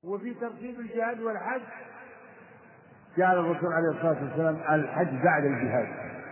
وفي ترتيب الجهاد والحج جعل الرسول عليه الصلاة والسلام الحج بعد الجهاد،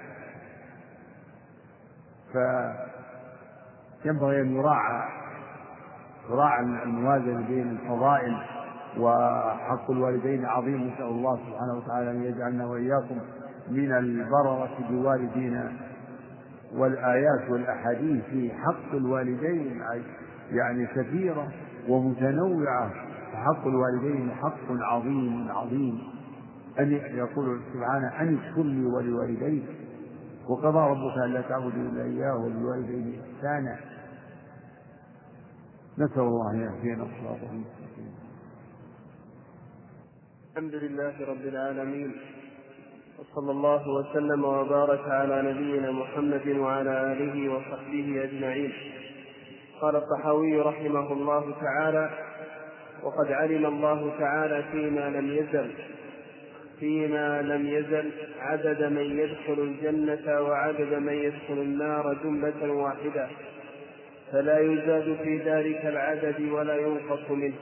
فينبغي أن يراعى الموازنة بين الفضائل وحق الوالدين عظيم. نسأل الله سبحانه وتعالى أن يجعلنا وإياكم من البررة بوالدينا. والآيات والأحاديث في حق الوالدين يعني كثيرة ومتنوعة، فحق الوالدين حق عظيم عظيم. أن يقول سبحانه أن اشكر لي ولوالديك وقضى ربك ألا تعبدوا إلا إياه وبالوالدين إحسانا. نسأل الله أن يهدينا الصراط المستقيم. الحمد لله رب العالمين، وصلى الله وسلم وبارك على نبينا محمد وعلى آله وصحبه أجمعين. قال الطحاوي رحمه الله تعالى: وقد علم الله تعالى فيما لم يزل عدد من يدخل الجنة وعدد من يدخل النار جملة واحدة، فلا يزاد في ذلك العدد ولا ينقص منه.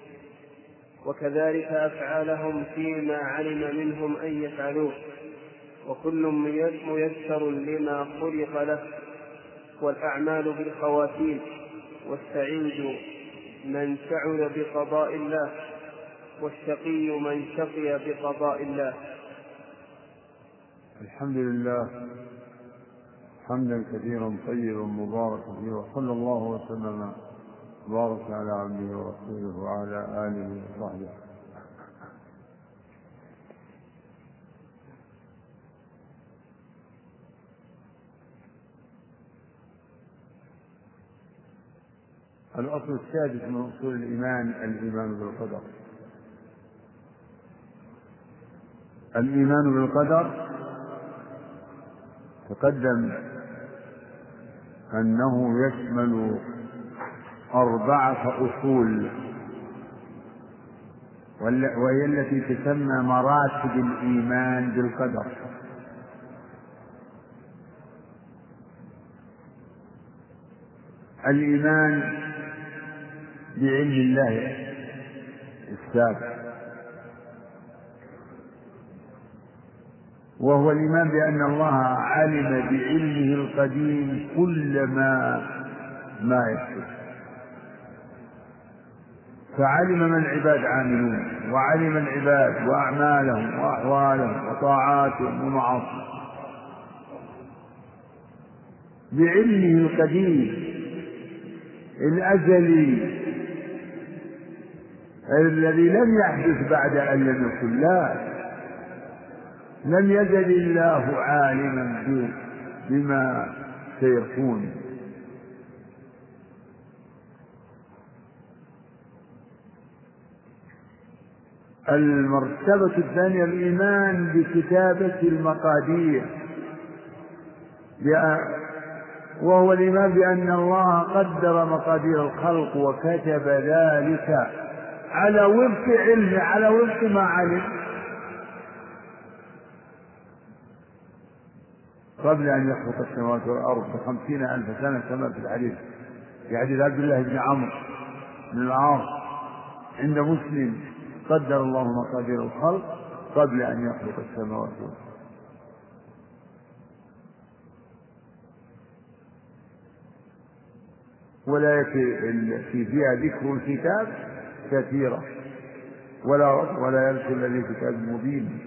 وكذلك أفعالهم فيما علم منهم أن يفعلوه، وكل ميسر لما خلق له، والأعمال بالخواتيم، والسعيد من سعد بقضاء الله، والشقي من شقي بقضاء الله. الحمد لله حمدا كثيرا طيبا مباركا فيه، وصلى الله وسلم وبارك على عبده ورسوله وعلى آله وصحبه. الأصل السادس من أصول الإيمان الإيمان بالقدر. الإيمان بالقدر تقدم أنه يشمل 4 أصول، وهي التي تسمى مراتب الإيمان بالقدر. الإيمان بعلم الله السابق، وهو الإيمان بأن الله علم بعلمه القديم كل ما يحدث، فعلم ما العباد عاملون، وعلم العباد وأعمالهم وأحوالهم وطاعاتهم ومعاصيهم بعلمه القديم الأزلي الذي لم يحدث بعد أن لم يكن. لا، لم يزل الله عالما بما سيكون. المرتبة الثانية الإيمان بكتابة المقادير، وهو الإيمان بأن الله قدر مقادير الخلق وكتب ذلك على وفق علمه، على وفق ما علم قبل أن يخلق السماوات والأرض ب50,000 سنة، كما في الحديث في حديث عبد الله بن عمرو بن العاص عند مسلم: قدر الله مقادير الخلق قبل أن يخلق السماوات والأرض. ولا فيها ذكر الكتاب كثيرة، ولا يذكر الذي كتاب مبين.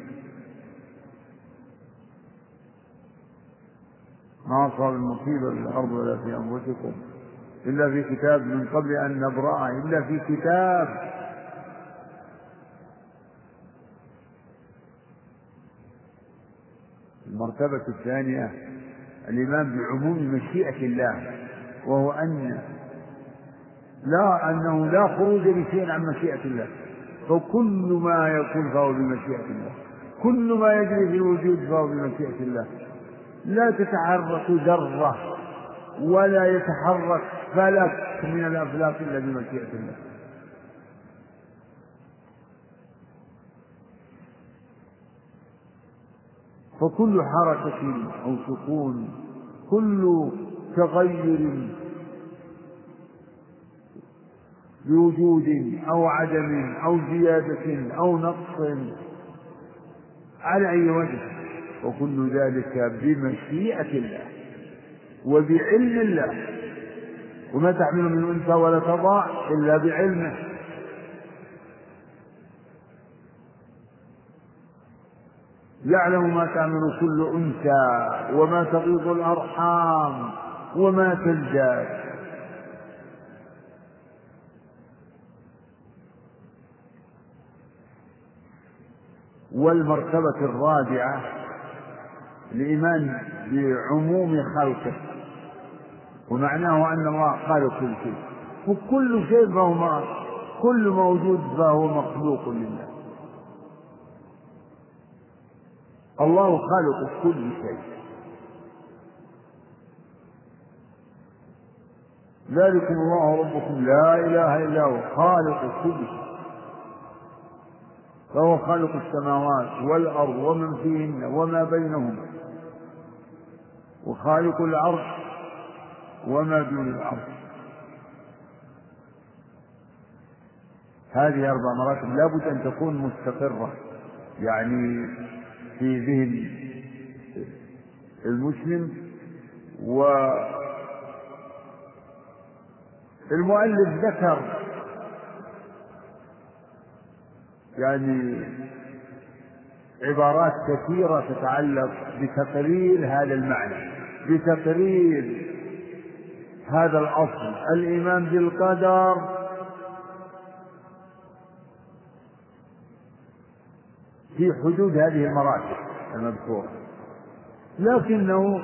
ما أصاب المصيبة في الأرض ولا في أنفسكم إلا في كتاب من قبل أن نبرأها، إلا في كتاب. المرتبة الثانية الإيمان بعموم مشيئة الله، وهو أنه لا خروج لشيء عن مشيئة الله، فكل ما يكون فهو بمشيئة الله، كل ما يجري في الوجود فهو بمشيئة الله. لا تتحرك ذرة ولا يتحرك فلك من الأفلاك إلا بمشيئة الله. فكل حركة أو سكون، كل تغير بوجود أو عدم أو زيادة أو نقص على أي وجه، وكل ذلك بمشيئة الله وبعلم الله، وما تحمل من أنثى ولا تضع إلا بعلمه. يعلم ما تعمل كل أنثى وما تغيض الأرحام وما تزداد. والمرتبة الرابعة الإيمان بعموم خلقه، ومعناه أن الله خالق كل شيء، وكل شيء فهو كل موجود فهو مخلوق لله. الله خالق كل شيء، ذلكم الله ربكم لا إله إلا هو خالق كل شيء، فهو خالق السماوات والأرض ومن فيهن وما بينهما، وخالق العرش وما دون العرش. هذه 4 مراتب لا بد أن تكون مستقرة يعني في ذهن المسلم. والمؤلف ذكر يعني عبارات كثيرة تتعلق بتقرير هذا المعنى، بتقرير هذا الأصل الإيمان بالقدر في حدود هذه المراتب المذكورة، لكنه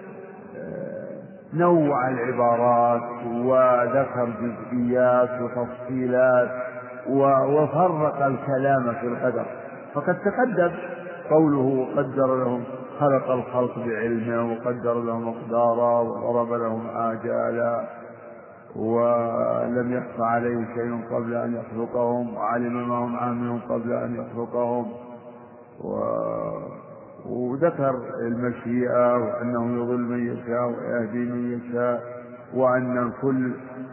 نوع العبارات وذكر جزئيات وتفصيلات وفرق الكلام في القدر. فقد تقدم قوله قدر لهم خلق الخلق بعلمه وقدر لهم مقدارا وضرب لهم آجالا ولم يخفى عليه شيء قبل أن يخلقهم وعلم ما هم عاملون قبل أن يخلقهم، وذكر المشيئة وأنه يضل من يشاء ويهدي من يشاء، وأن الكل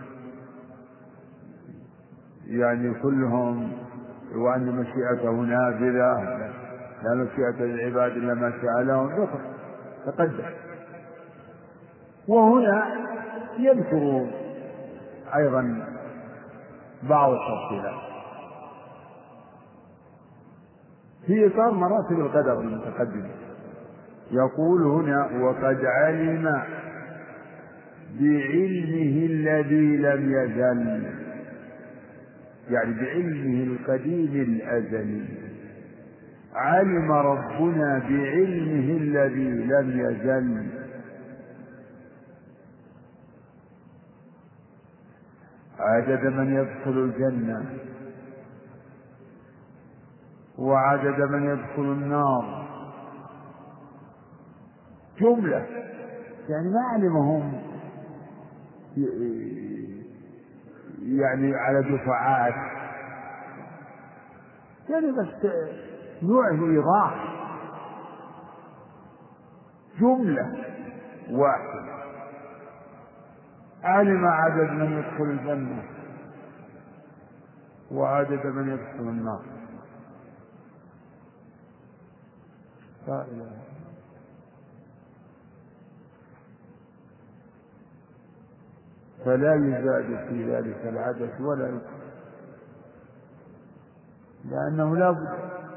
يعني كلهم، وأن مشيئته نافذة لا مشيئة للعباد إلا ما شاء لهم، ذكر تقدم. وهنا يذكر أيضا بعض التفصيلات في إطار مراتب القدر المتقدمة. يقول هنا وقد علم بعلمه الذي لم يزل، يعني بعلمه القديم الأزلي. علم ربنا بعلمه الذي لم يزل، عدد من يدخل الجنة وعدد من يدخل النار جملة، يعني ما علمهم يعني على دفعات، يعني بس نوع إيضاح، جملة واحدة. علم عدد من يدخل الجنة وعدد من يدخل النار. لا إله. فلا يزاد في ذلك العدد ولا ينقص، لأنه لا بد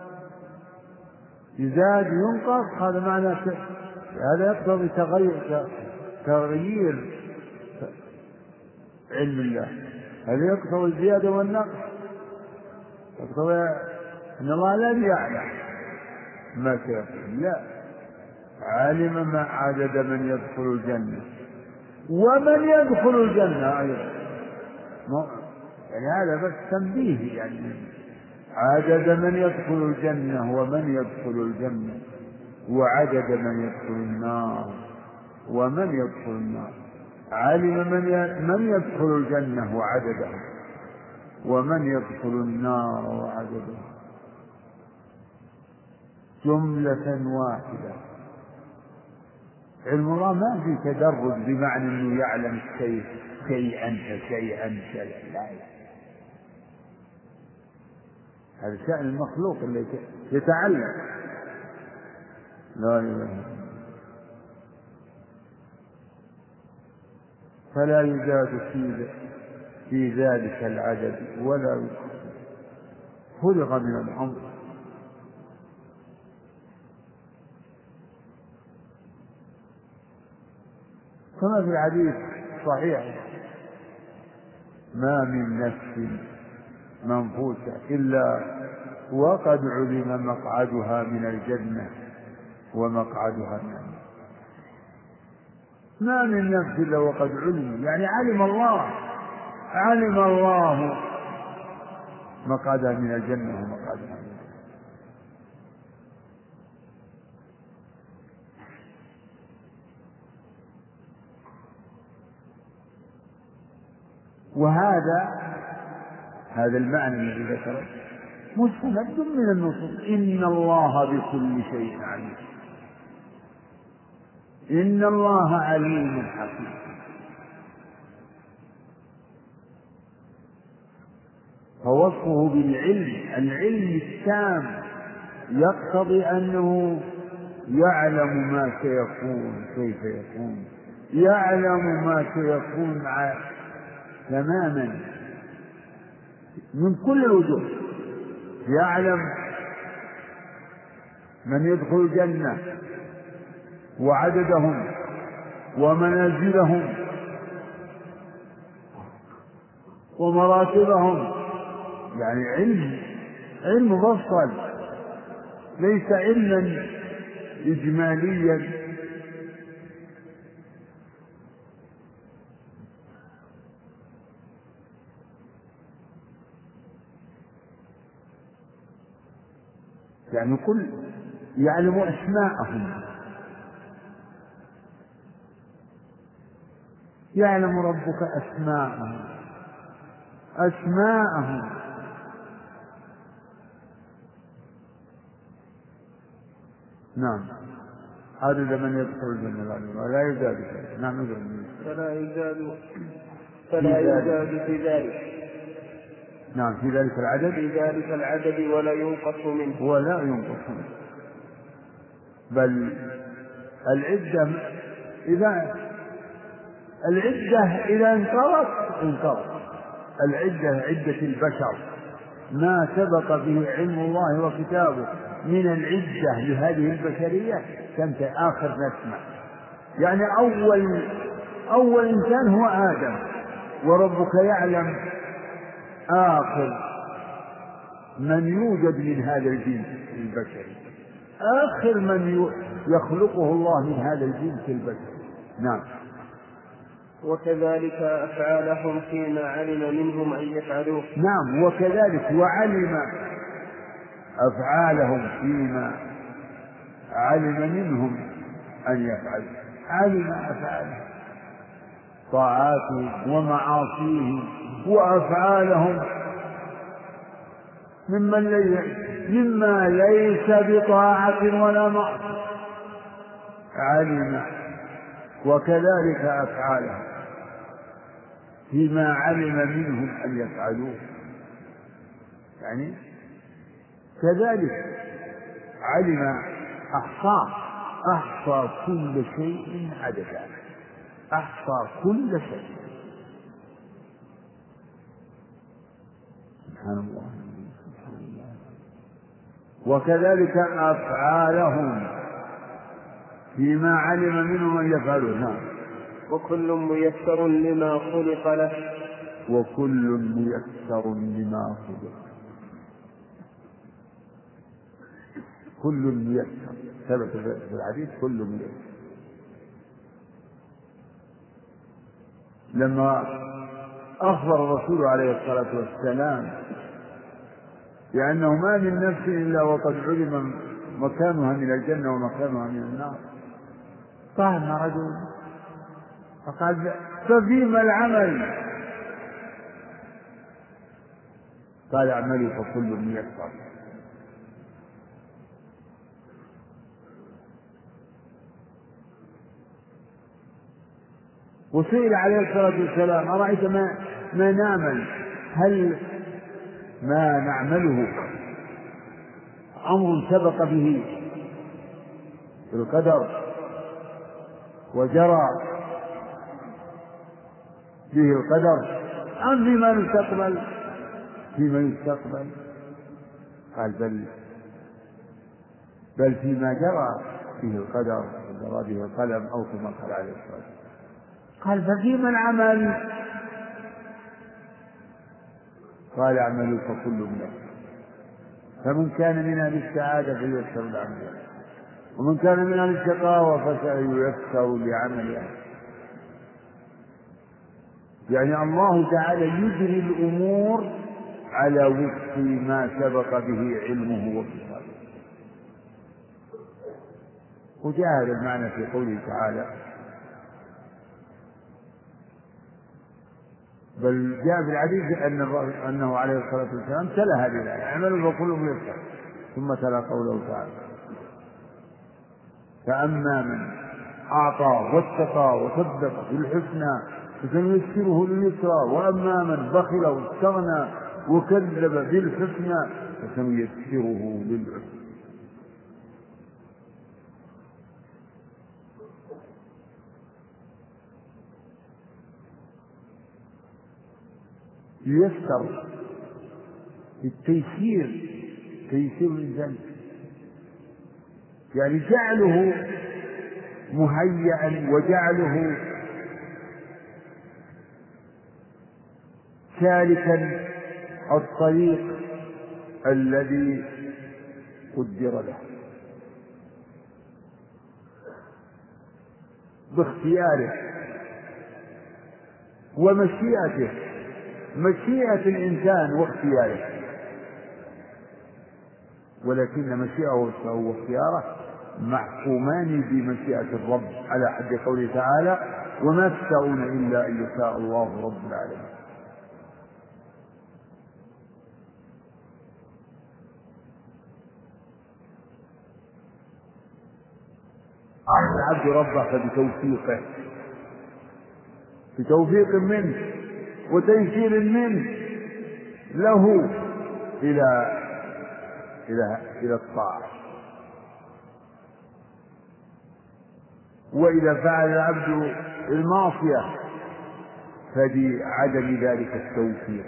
يزاد ينقص، هذا معنى هذا يقتضي تغيير علم الله، هذا يقتضي الزيادة والنقص، يقتضي أن الله لم يعلم ما سيكون، لا، علم ما عدد من يدخل الجنة ومن يدخل الجنة أيضا، يعني هذا بس تنبيه، يعني عدد من يدخل الجنة ومن يدخل الجنة وعدد من يدخل النار ومن يدخل النار. علم من يدخل الجنة وعدده ومن يدخل النار وعدده جملة واحدة. علم الله ما في تدرج بمعنى أنه يعلم الشيء شيئا فشيئا، لا، هذا شأن المخلوق اللي يتعلم. لا إله إلا الله. فلا يزاد في ذلك العدد ولا ينقص، فرغ من الأمر. كما في الحديث صحيح: ما من نفس منفوسة إلا وقد علم مقعدها من الجنة ومقعدها من النار. ما من نفس إلا وقد علم، يعني علم الله مقعدها من الجنة ومقعدها من النار. هذا المعنى الذي ذكره مستمد من النصوص: إن الله بكل شيء عليم، إن الله عليم حكيم. فوصفه العلم التام يقتضي أنه يعلم ما سيكون كيف يكون، يعلم ما سيكون تماما من كل الوجوه. يعلم من يدخل الجنة وعددهم ومنازلهم ومراتبهم، يعني علم مفصل، ليس علما إجماليا. يعني يعلم أسماءهم، يعلم ربك أسماءهم. نعم. عدد من يدخل الجنة ولا يزاد. نعم. فلا يزاد في ذلك. نعم. في ذلك العدد ولا ينقص منه. بل العدة إذا انقرضت العدة عدة البشر، ما سبق به علم الله وكتابه من العدة لهذه البشرية كانت آخر نسمة. يعني أول إنسان هو آدم، وربك يعلم آخر من يوجد من هذا الجنس البشري، آخر من يخلقه الله من هذا الجنس البشري. نعم. وكذلك أفعالهم فيما علم منهم أن يفعلوه. نعم. وكذلك وعلم أفعالهم فيما علم منهم أن يفعلوا. علم أفعالهم، طاعاتهم ومعاصيهم وأفعالهم مما ليس بطاعة ولا معصية، علم. وكذلك أفعالهم فيما علم منهم أن يفعلوه، يعني كذلك علم أحصى كل شيء عددا، أحصى كل شيء. سبحان الله. وكذلك أفعالهم فيما علم منهم أن يفعلوه. نعم. وكل ميسر لما خلق له. وكل ميسر لما خلق. كل ميسر ثبت في الحديث كل ميسر. لما أخبر الرسول عليه الصلاة والسلام بأنه ما من نفس إلا وقد علم مكانها من الجنة ومكانها من النار، قام رجل فقال: ففيما العمل؟ قال: اعملوا فكل ميسر. وسئل عليه الصلاة والسلام: أرأيت ما نعمل، هل ما نعمله أمر سبق به القدر وجرى به القدر أم فيما يستقبل قال بل فيما جرى به القدر وجرى به القلم أو كما قال عليه الصلاة والسلام. قال ففيما العمل؟ قال اعملوا فكل من فمن كان من أهل السعادة فلييسر لعمله ومن كان من أهل الشقاوة فسييسر لعمله. يعني الله تعالى يجري الأمور على وفق ما سبق به علمه وكتابه. وجاء هذا المعنى في قوله تعالى بل جاء في الحديث أنه عليه الصلاة والسلام تلا هذه الآية اعملوا فكل ميسر ثم تلا قوله تعالى فأما من أعطى واتقى وصدق بالحسنى فسنيسره لليسرى وأما من بخل واستغنى وكذب بالحسنى فسنيسره للعسرى. ييسر التيسير تيسير الإنسان يعني جعله مهيئا وجعله سالكا الطريق الذي قدر له باختياره ومشيئته مشيئة الإنسان واختياره ولكن مشيئته واختياره محكومان بمشيئة الرب على حد قوله تعالى وما تشاءون إلا أن يشاء الله رب العالمين. العبد ربه فبتوفيقه بتوفيق منه وتيسير منه له إلى الطاعة. وإذا فعل العبد المعصية فبعدم ذلك التوفيق.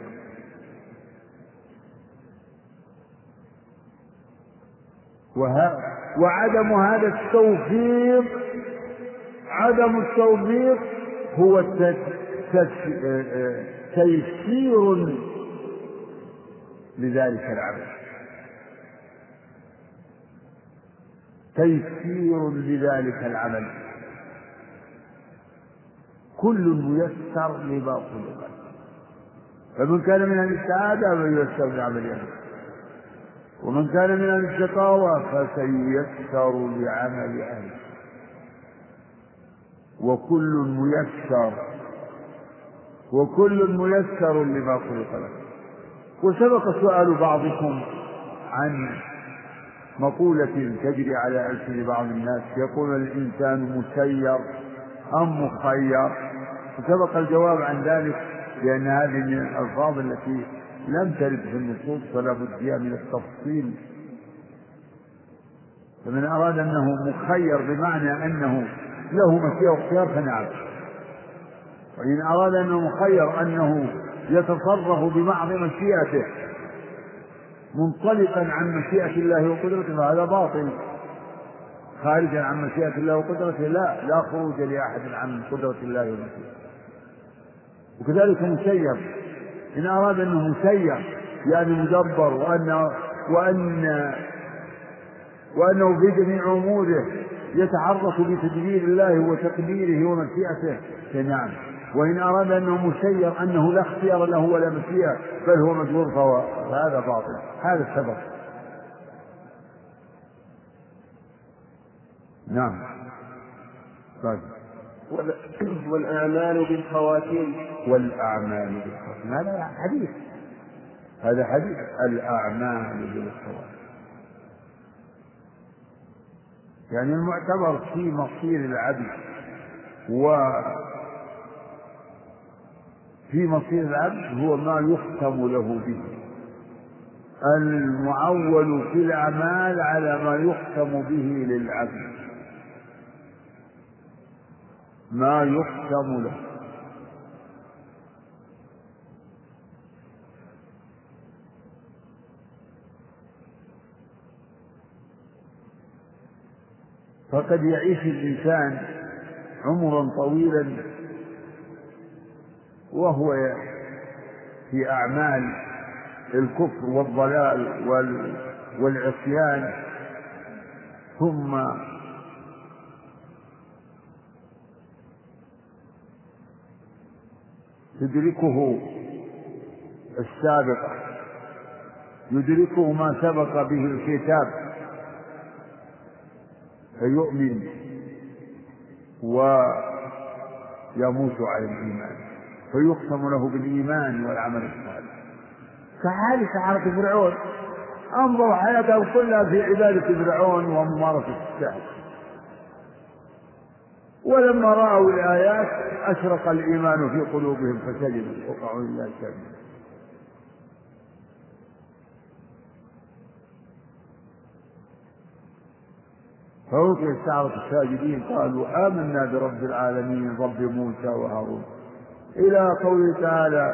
وعدم هذا التوفيق عدم التوفيق هو تيسير لذلك العمل تيسير لذلك العمل. كل ميسر لما خلق له فمن كان من أهل السعادة فلييسر لعمل أهله ومن كان من أهل الشقاوة فسييسر لعمل أهله وكل ميسر لما خلق له. وسبق سؤال بعضكم عن مقولة تجري على ألسن بعض الناس يقول الإنسان مسير أم مخير وسبق الجواب عن ذلك لأن هذه من الألفاظ التي لم ترد في النصوص فلا بد فيها من التفصيل. فمن أراد أنه مخير بمعنى أنه له مشيئة واختيار فنعم وإن أراد أنه مخير أنه يتصرف بمحض مشيئته منطلقا عن مشيئة الله وقدرته فهذا باطل خارجا عن مشيئة الله وقدرته لا خروج لأحد عن قدرة الله ومشيئته. وكذلك مسير إن أراد أنه مسير يعني مدبر وأنه في جميع أموره يتحرك بتدبير الله وتقديره ومشيئته فنعم. وإن أراد أنه مسير أنه لا اختيار له ولا مشيئة بل هو مجبور فهذا باطل. هذا السبب. نعم. طيب. والأعمال بالخواتيم هذا حديث الأعمال بالخواتيم يعني المعتبر في مصير العبد وفي مصير العبد هو ما يختم له به المعول في الأعمال على ما يختم به للعبد، ما يختم له. فقد يعيش الإنسان عمرا طويلا وهو في أعمال الكفر والضلال والعصيان، ثم تدركه السابقة، يدركه ما سبق به الكتاب فيؤمن ويموت على الإيمان، فيختم له بالإيمان والعمل الصالح. كحال سحرة فرعون أمضوا حياتهم كلها في عبادة فرعون وممارسة السحر، ولما رأوا الآيات أشرق الإيمان في قلوبهم فسجدوا وقعوا لله ساجدين. فوقع السحرة الساجدين قالوا آمنا برب العالمين رب موسى وهارون، إلى قوله تعالى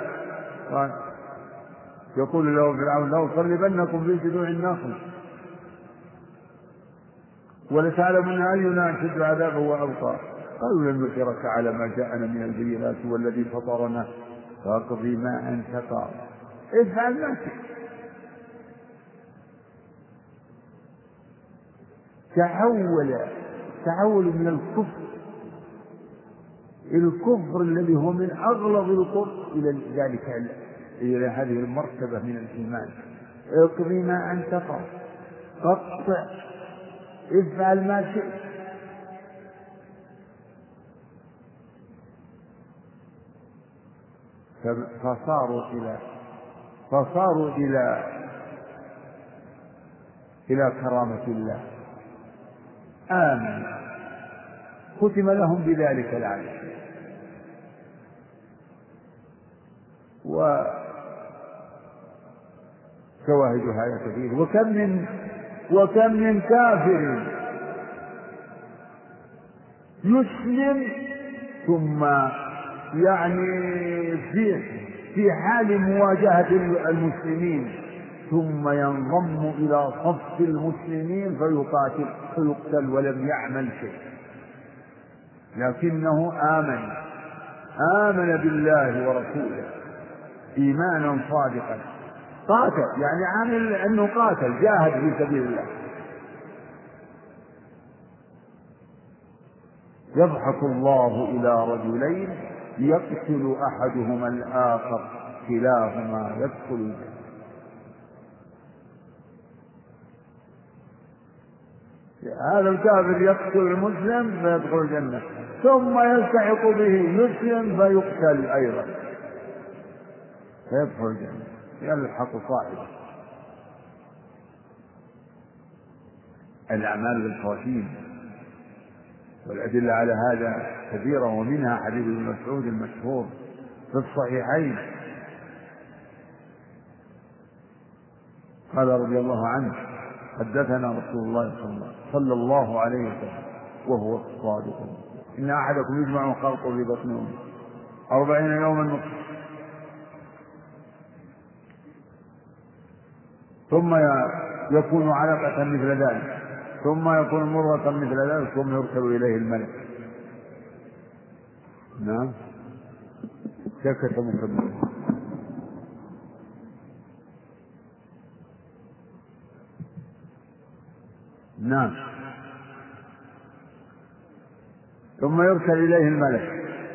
يقول له فرعون لأصلبنكم في جذوع النخل ولتعلمن أينا أشد عذابا وأبقى. قالوا لن نؤثرك على ما جاءنا من البينات والذي فطرنا فاقضي ما أنت قاض افعل ما شئت. تحول من الكفر الذي هو من أغلظ الكفر إلى هذه المرتبة من الإيمان. اقضي ما أنت قاض، قطع، افعل ما شئت. فصاروا إلى كرامة الله، آمن ختم لهم بذلك العمل. وشواهدها كثير. وكم من كافر يسلم ثم في حال مواجهة المسلمين ثم ينضم إلى صف المسلمين فيقتل ولم يعمل شيء، لكنه آمن بالله ورسوله إيمانا صادقا، قاتل يعني عامل أنه قاتل جاهد في سبيل الله. يضحك الله إلى رجلين يقتل أحدهما الآخر كلاهما يدخل الجنة. هذا الكافر يقتل المسلم فيدخل الجنة، ثم يلتحق به مسلم فيقتل أيضا فيدخل الجنة، يلحق صاحبه. الأعمال بالخواتيم، والأدلة على هذا كثيرة، ومنها حديث ابن مسعود المشهور في الصحيحين قال رضي الله عنه حدثنا رسول الله صلى الله عليه وسلم وهو الصادق إن أحدكم يجمع خلقه في بطنه 40 يوما نطفة ثم يكون علقة مثل ذلك ثم يكون مرة مثل ذلك ثم يرسل إليه الملك. نعم سكت مكمل. نعم ثم يرسل إليه الملك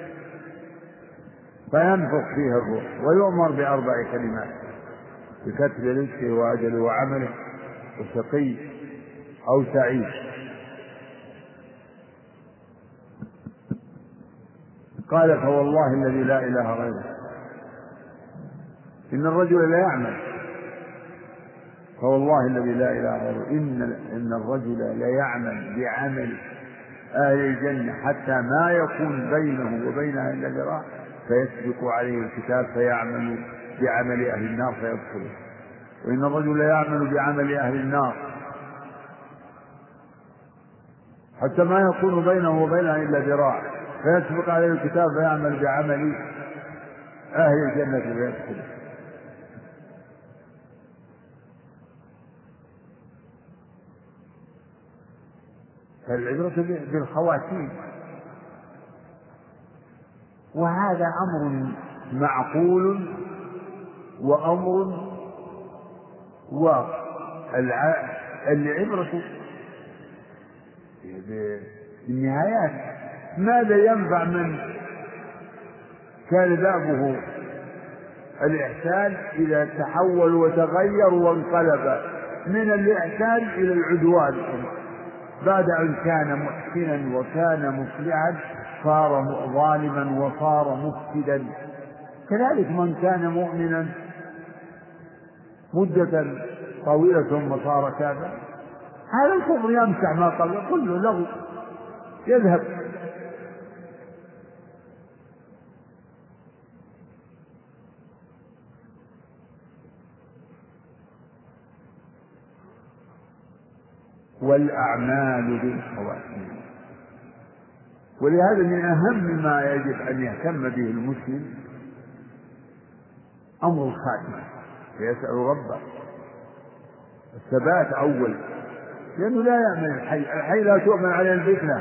فينفخ فيه الروح ويؤمر ب4 كلمات: بكتب رزقه وأجله وعمله وشقي أو سعيد. قال فوالله الذي لا إله غيره إن الرجل لا يعمل فوالله الذي لا إله غيره إن الرجل لا يعمل بعمل أهل الجنة حتى ما يكون بينه وبينها إلا ذراع فيسبق عليه الكتاب فيعمل بعمل أهل النار فيدخله. وإن الرجل يعمل بعمل أهل النار حتى ما يكون بينه وبينها إلا ذراع فيسبق عليه الكتاب فيعمل بعمل أهل الجنة فيدخل. فالعبرة بالخواتيم، وهذا أمر معقول وأمر واقع. العبرة بالنهايات. ماذا ينفع من كان دابه الإحسان إذا تحول وتغير وانقلب من الإحسان إلى العدوان بعد أن كان محسنا وكان مصلحا صار ظالما وصار مفسدا. كذلك من كان مؤمنا مدة طويلة ثم صار كافرا هذا الكفر يمسح ما قبل كله لغو يذهب. والأعمال بالخواتيم. ولهذا من أهم ما يجب أن يهتم به المسلم أمر الخاتمة، فيسأل ربه الثبات أول، لأنه لا يأمن الحي لا تؤمن عليه الفتنة.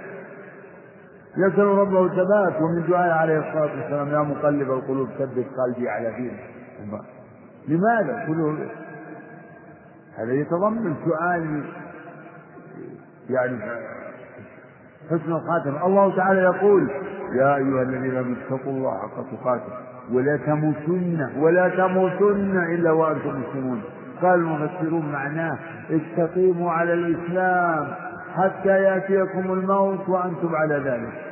يسأل ربه الثبات. ومن دعاء عليه الصلاة والسلام يا مقلب القلوب ثبت قلبي على دينك. لماذا؟ كله هذا يتضمن سؤال يعني حسن الخاتمة. الله تعالى يقول يا أيها الذين آمنوا اتقوا الله حق تقاته ولا تموتن إلا وأنتم مسلمون. قال المفسرون معناه استقيموا على الإسلام حتى يأتيكم الموت وأنتم على ذلك.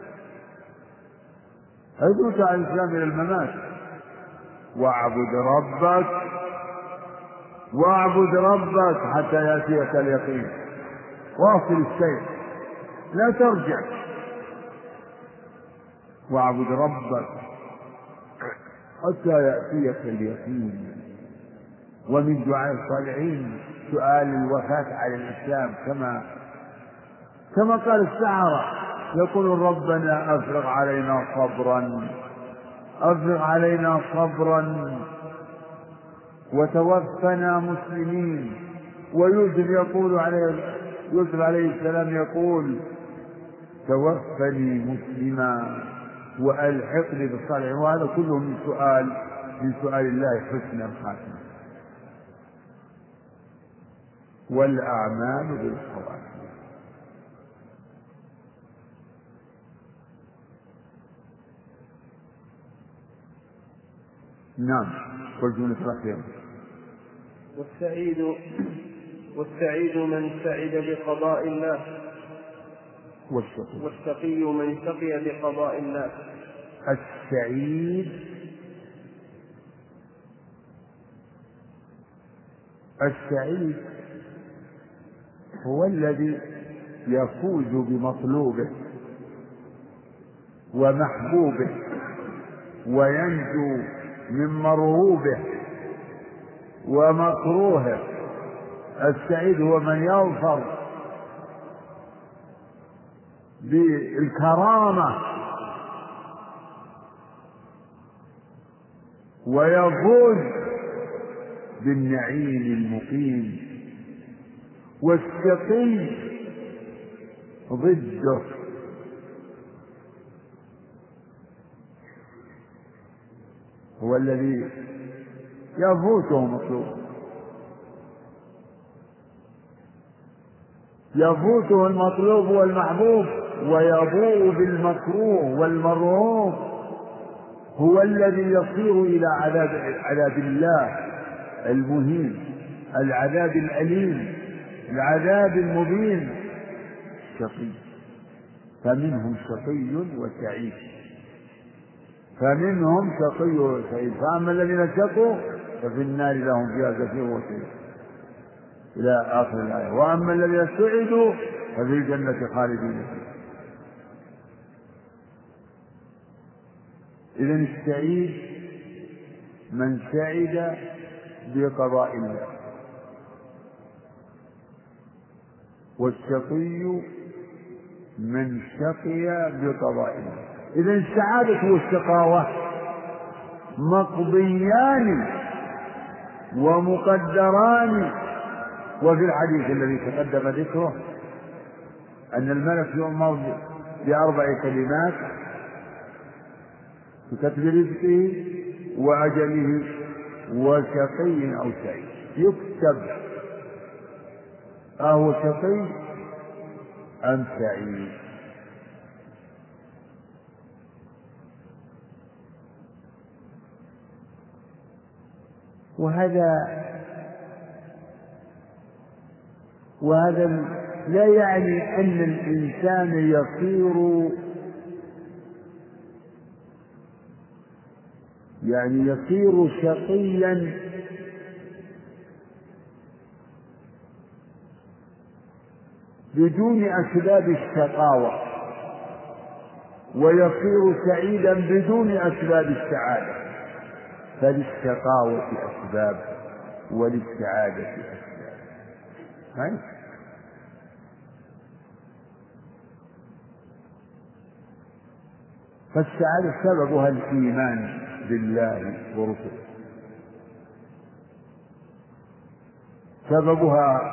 ادرس على الإسلام إلى الممات. واعبد ربك حتى يأتيك اليقين. واصل السير لا ترجع. واعبد ربك حتى يأتيك اليقين. ومن دعاء الصالحين سؤال الوفاة على الإسلام كما قال السحرة يقول ربنا أفرغ علينا صبرا وتوفنا مسلمين. يوسف عليه السلام يقول توفني مسلما وألحقني بالصالحين. وهذا كله من سؤال الله حسن الخاتمة. والأعمال بالخواتيم. نعم. قلت من الرحيم. والسعيد من سعد بقضاء الله والشقي من شقي بقضاء الله. السعيد هو الذي يفوز بمطلوبه ومحبوبه وينجو من مرغوبه ومكروهه. السعيد هو من يظفر بالكرامة ويفوز بالنعيم المقيم. والشقي ضده هو الذي يفوته مطلوب، يفوته المطلوب والمحبوب ويبوء بالمكروه والمرغوب. هو الذي يصير إلى عذاب الله المهين، العذاب الأليم، العذاب المبين. شقي. فمنهم شقي وسعيد. فأما الذين شقوا ففي النار لهم فيها زفير وشهيق إلى آخر الآية. وأما الذين سعدوا ففي الجنة خالدين فيها. إذن السعيد من سعد بقضاء الله، والشقي من شقي بقضاء الله. إذن السعادة والشقاوة مقضيان ومقدران. وفي الحديث الذي تقدم ذكره أن الملك يؤمر ب4 كلمات: بكتب رزقه وأجله وشقي أو سعيد. يكتب أهو شقي أم سعيد. وهذا لا يعني أن الإنسان يصير شقيا بدون أسباب الشقاوة، ويصير سعيدا بدون أسباب السعادة. فللشقاوة أسباب وللسعادة أسباب. فالسعادة سببها الإيمان بالله ورسله، سببها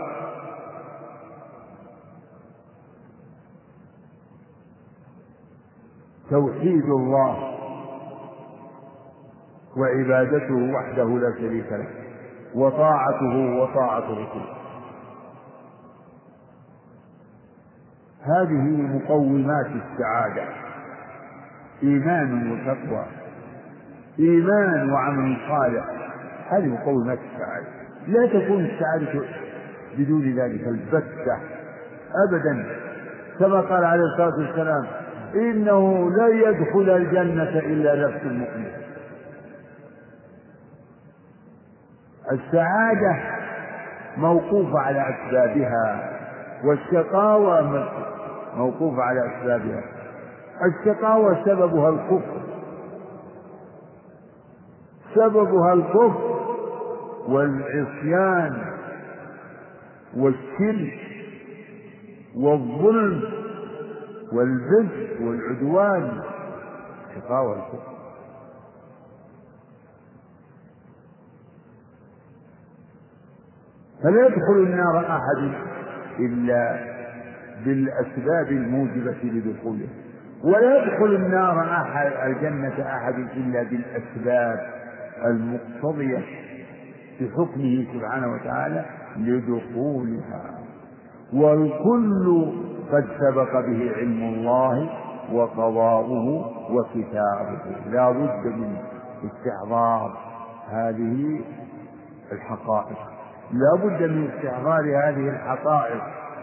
توحيد الله وعبادته وحده لا شريك له، وطاعته وطاعة رسوله. هذه مقومات السعادة: إيمان وتقوى، إيمان وعمل صالح. هذه مقومات السعادة. لا تكون السعادة بدون ذلك البتة أبدا، كما قال عليه الصلاة والسلام: إنه لا يدخل الجنة إلا نفس مؤمن. السعادة موقوفة على أسبابها، والشقاوة موقوفة على أسبابها. الشقاوة سببها الكفر، والعصيان والشرك والظلم والبغي والعدوان. شقاوة الكفر. فلا يدخل النار أحد إلا بالأسباب الموجبة لدخوله، ولا يدخل الجنة أحد إلا بالأسباب المقتضية بحكمه سبحانه وتعالى لدخولها. والكل قد سبق به علم الله وقضاؤه وكتابه. لا بد من استحضار هذه الحقائق، لا بد من استحضار هذه الحقائق.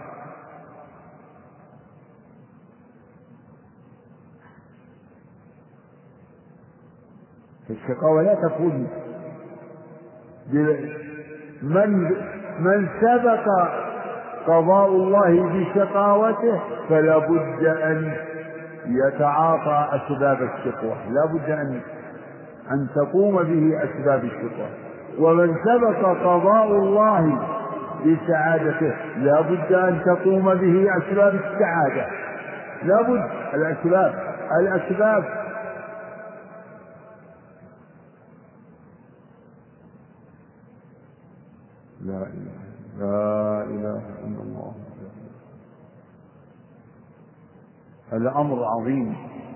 الشقاوة لا تكون من سبق قضاء الله بشقاوته فلا بد أن يتعاطى أسباب الشقوة، لا بد أن تقوم به أسباب الشقوة. ومن سبق قضاء الله بسعادته لا بد أن تقوم به أسباب السعادة. لا بد الأسباب لا إله إلا الله. هذا أمر عظيم.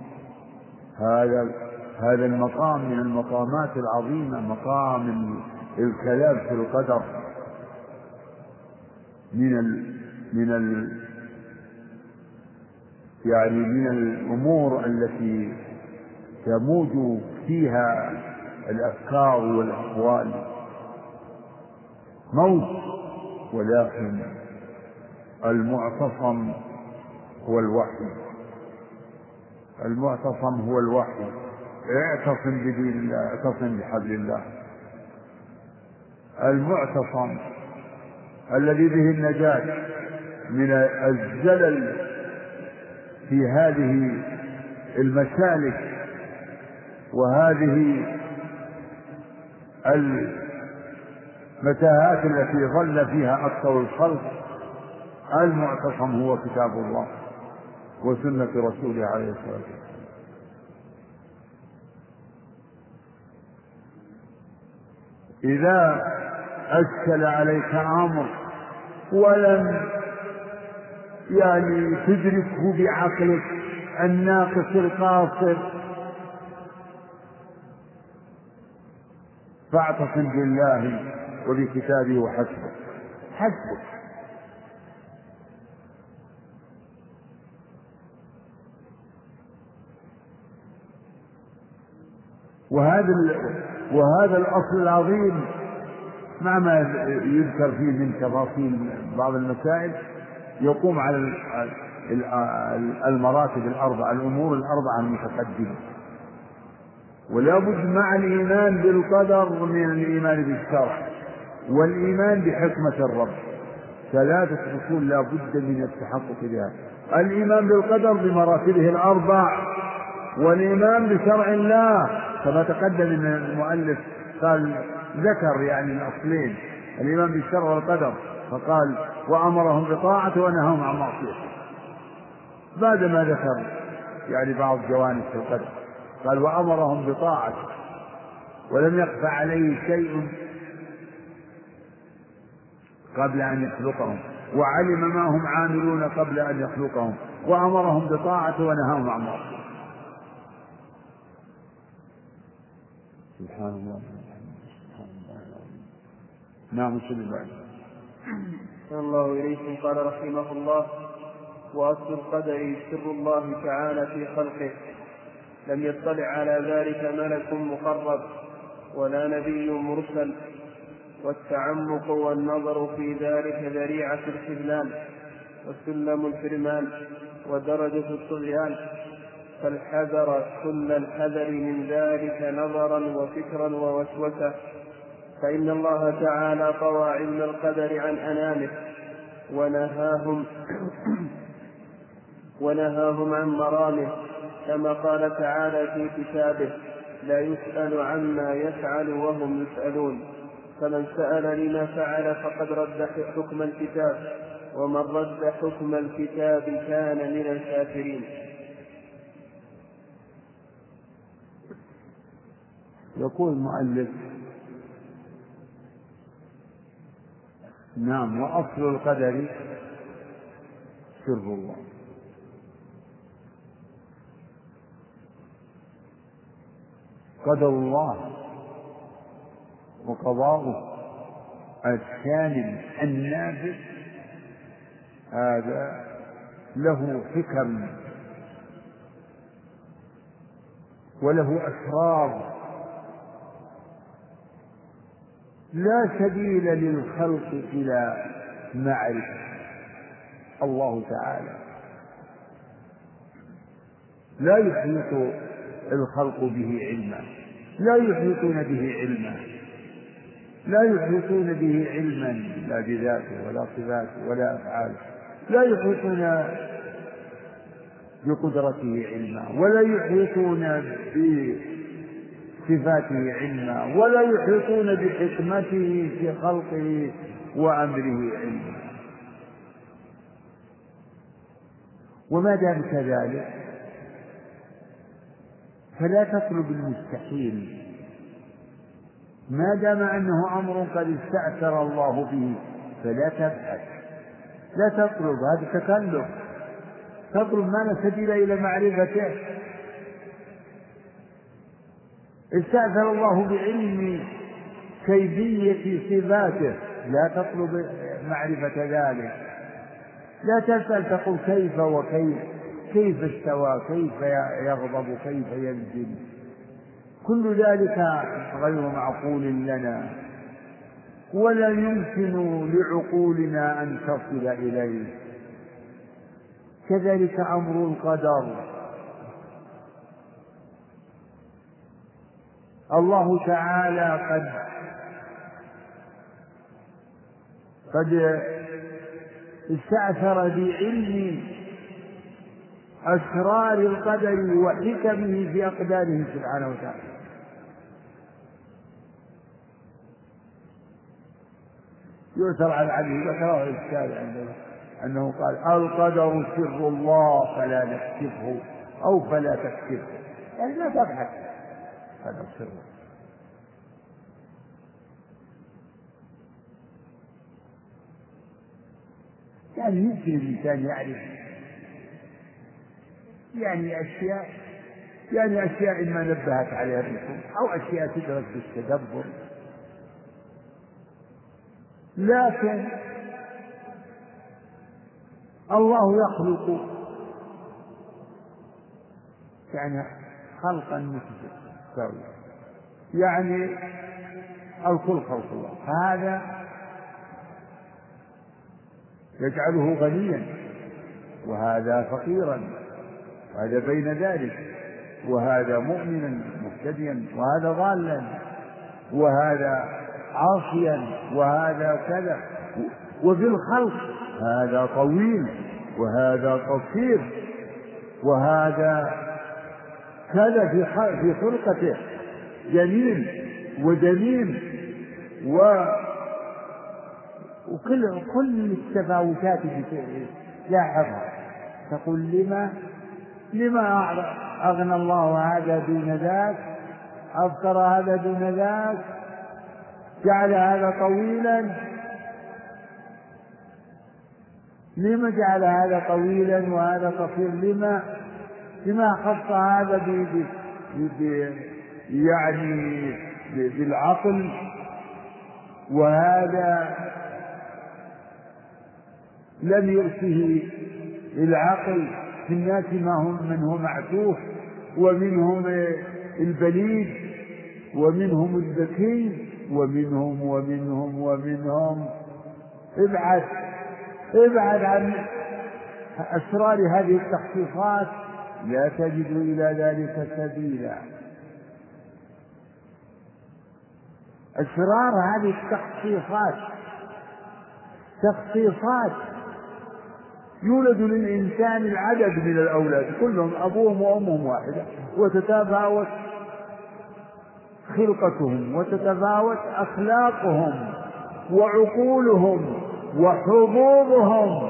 هذا المقام من المقامات العظيمة، مقام الكلام في القدر، من الأمور التي تموج فيها الأفكار والأقوال موت. ولكن المعتصم هو الوحي. اعتصم بدين الله، اعتصم بحبل الله. المعتصم الذي به النجاة من الزلل في هذه المسالك وهذه المتاهات التي ظل فيها أكثر الخلق المعتصم هو كتاب الله وسنة رسوله عليه الصلاة والسلام. إذا أشكل عليك أمر ولم تدركه بعقلك الناقص القاصر فاعتصم بالله وبكتابه وحسبك. وهذا الأصل العظيم مع ما يذكر فيه من تفاصيل بعض المسائل يقوم على المراتب الأربعة، الأمور الأربعة المتقدمة. ولا بد مع الإيمان بالقدر من الإيمان بالشرع والإيمان بحكمة الرب، ثلاثة أصول لا بد من التحقق بها: الإيمان بالقدر بمراتبه الأربع، والإيمان بشرع الله كما تقدم ان المؤلف قال ذكر الأصلين، الإيمان بالشرع والقدر، فقال وأمرهم بطاعته ونهاهم عن معصيته، بعد ما ذكر بعض جوانب في القدر قال وأمرهم بطاعته ولم يخفى عليه شيء قبل أن يخلقهم، وعلم ما هم عاملون قبل أن يخلقهم، وأمرهم بطاعته ونهاهم عن معصيته. سبحان الله. نعم. الله إليكم. قال رحمه الله: وأصل القدر سر الله تعالى في خلقه، لم يطلع على ذلك ملك مقرب ولا نبي مرسل، والتعمق والنظر في ذلك ذريعة الخذلان وسلم الحرمان ودرجة الطغيان، فالحذر كل الحذر من ذلك نظرا وفكرا ووسوسة، فإن الله تعالى طوى علم القدر عن أنامه ونهاهم عن مرامه، كما قال تعالى في كتابه: لا يسأل عما يفعل وهم يسألون، فمن سأل لما فعل فقد رد حكم الكتاب، ومن رد حكم الكتاب كان من الكافرين. يقول المؤلف: نعم. وأصل القدر سر الله. قدر الله وقضاؤه الشامل النافذ هذا له حكم وله أسرار لا سبيل للخلق إلى معرفة الله تعالى. لا يحيط الخلق به علما، لا يحيطون به علما لا بذاته ولا صفاته ولا أفعاله، لا يحيطون بقدرته علما، ولا يحيطون بصفاته علما، ولا يحيطون بحكمته في خلقه وأمره علما. وما دام كذلك فلا تطلب المستحيل، ما دام أنه أمر قد استأثر الله به فلا تبحث، لا تطلب، هذا تكلف، تطلب ما لا سبيل إلى معرفته. استأثر الله بعلم كيفية صفاته، لا تطلب معرفة ذلك، لا تسأل تقول كيف وكيف، كيف استوى، كيف يغضب، كيف ينزل، كل ذلك غير معقول لنا ولا يمكن لعقولنا أن تصل إليه. كذلك أمر القدر، الله تعالى قد استأثر بعلم أسرار القدر وحكمه في أقداره سبحانه وتعالى. يؤثر على علي ذكره الإشكال عندنا أنه قال القدر سر الله فلا نكشفه أو فلا تكشفه، يعني لا تبحث هذا سر. يعني يمكن الإنسان يعرف يعني أشياء إما نبهت عليها الرسل أو أشياء تدرك بالتدبر، لكن الله يخلق يعني خلقا متساويا، يعني الكل خلق الله، فهذا يجعله غنيا وهذا فقيرا، وهذا بين ذلك، وهذا مؤمنا مهتديا وهذا ضالا، وهذا عاصيا وهذا كذا، وفي الخلق هذا طويل وهذا قصير وهذا كذا في خلقته جميل ودميم وكل التفاوتات لاحظها تقول لما أغنى الله هذا دون ذاك، أفقر هذا دون ذاك، جعل هذا طويلا، لما جعل هذا طويلا وهذا قصير، لما خص هذا يعني بالعقل وهذا لم يؤته العقل. في الناس من هو معتوه ومنهم البليد ومنهم الذكي ومنهم ابعد عن أسرار هذه التخصيصات لا تجد إلى ذلك سبيلا. أسرار هذه تخصيصات يولد للإنسان العدد من الأولاد كلهم أبوهم وأمهم واحدة، وتتفاوت خلقتهم وتتفاوت أخلاقهم وعقولهم وحظوظهم.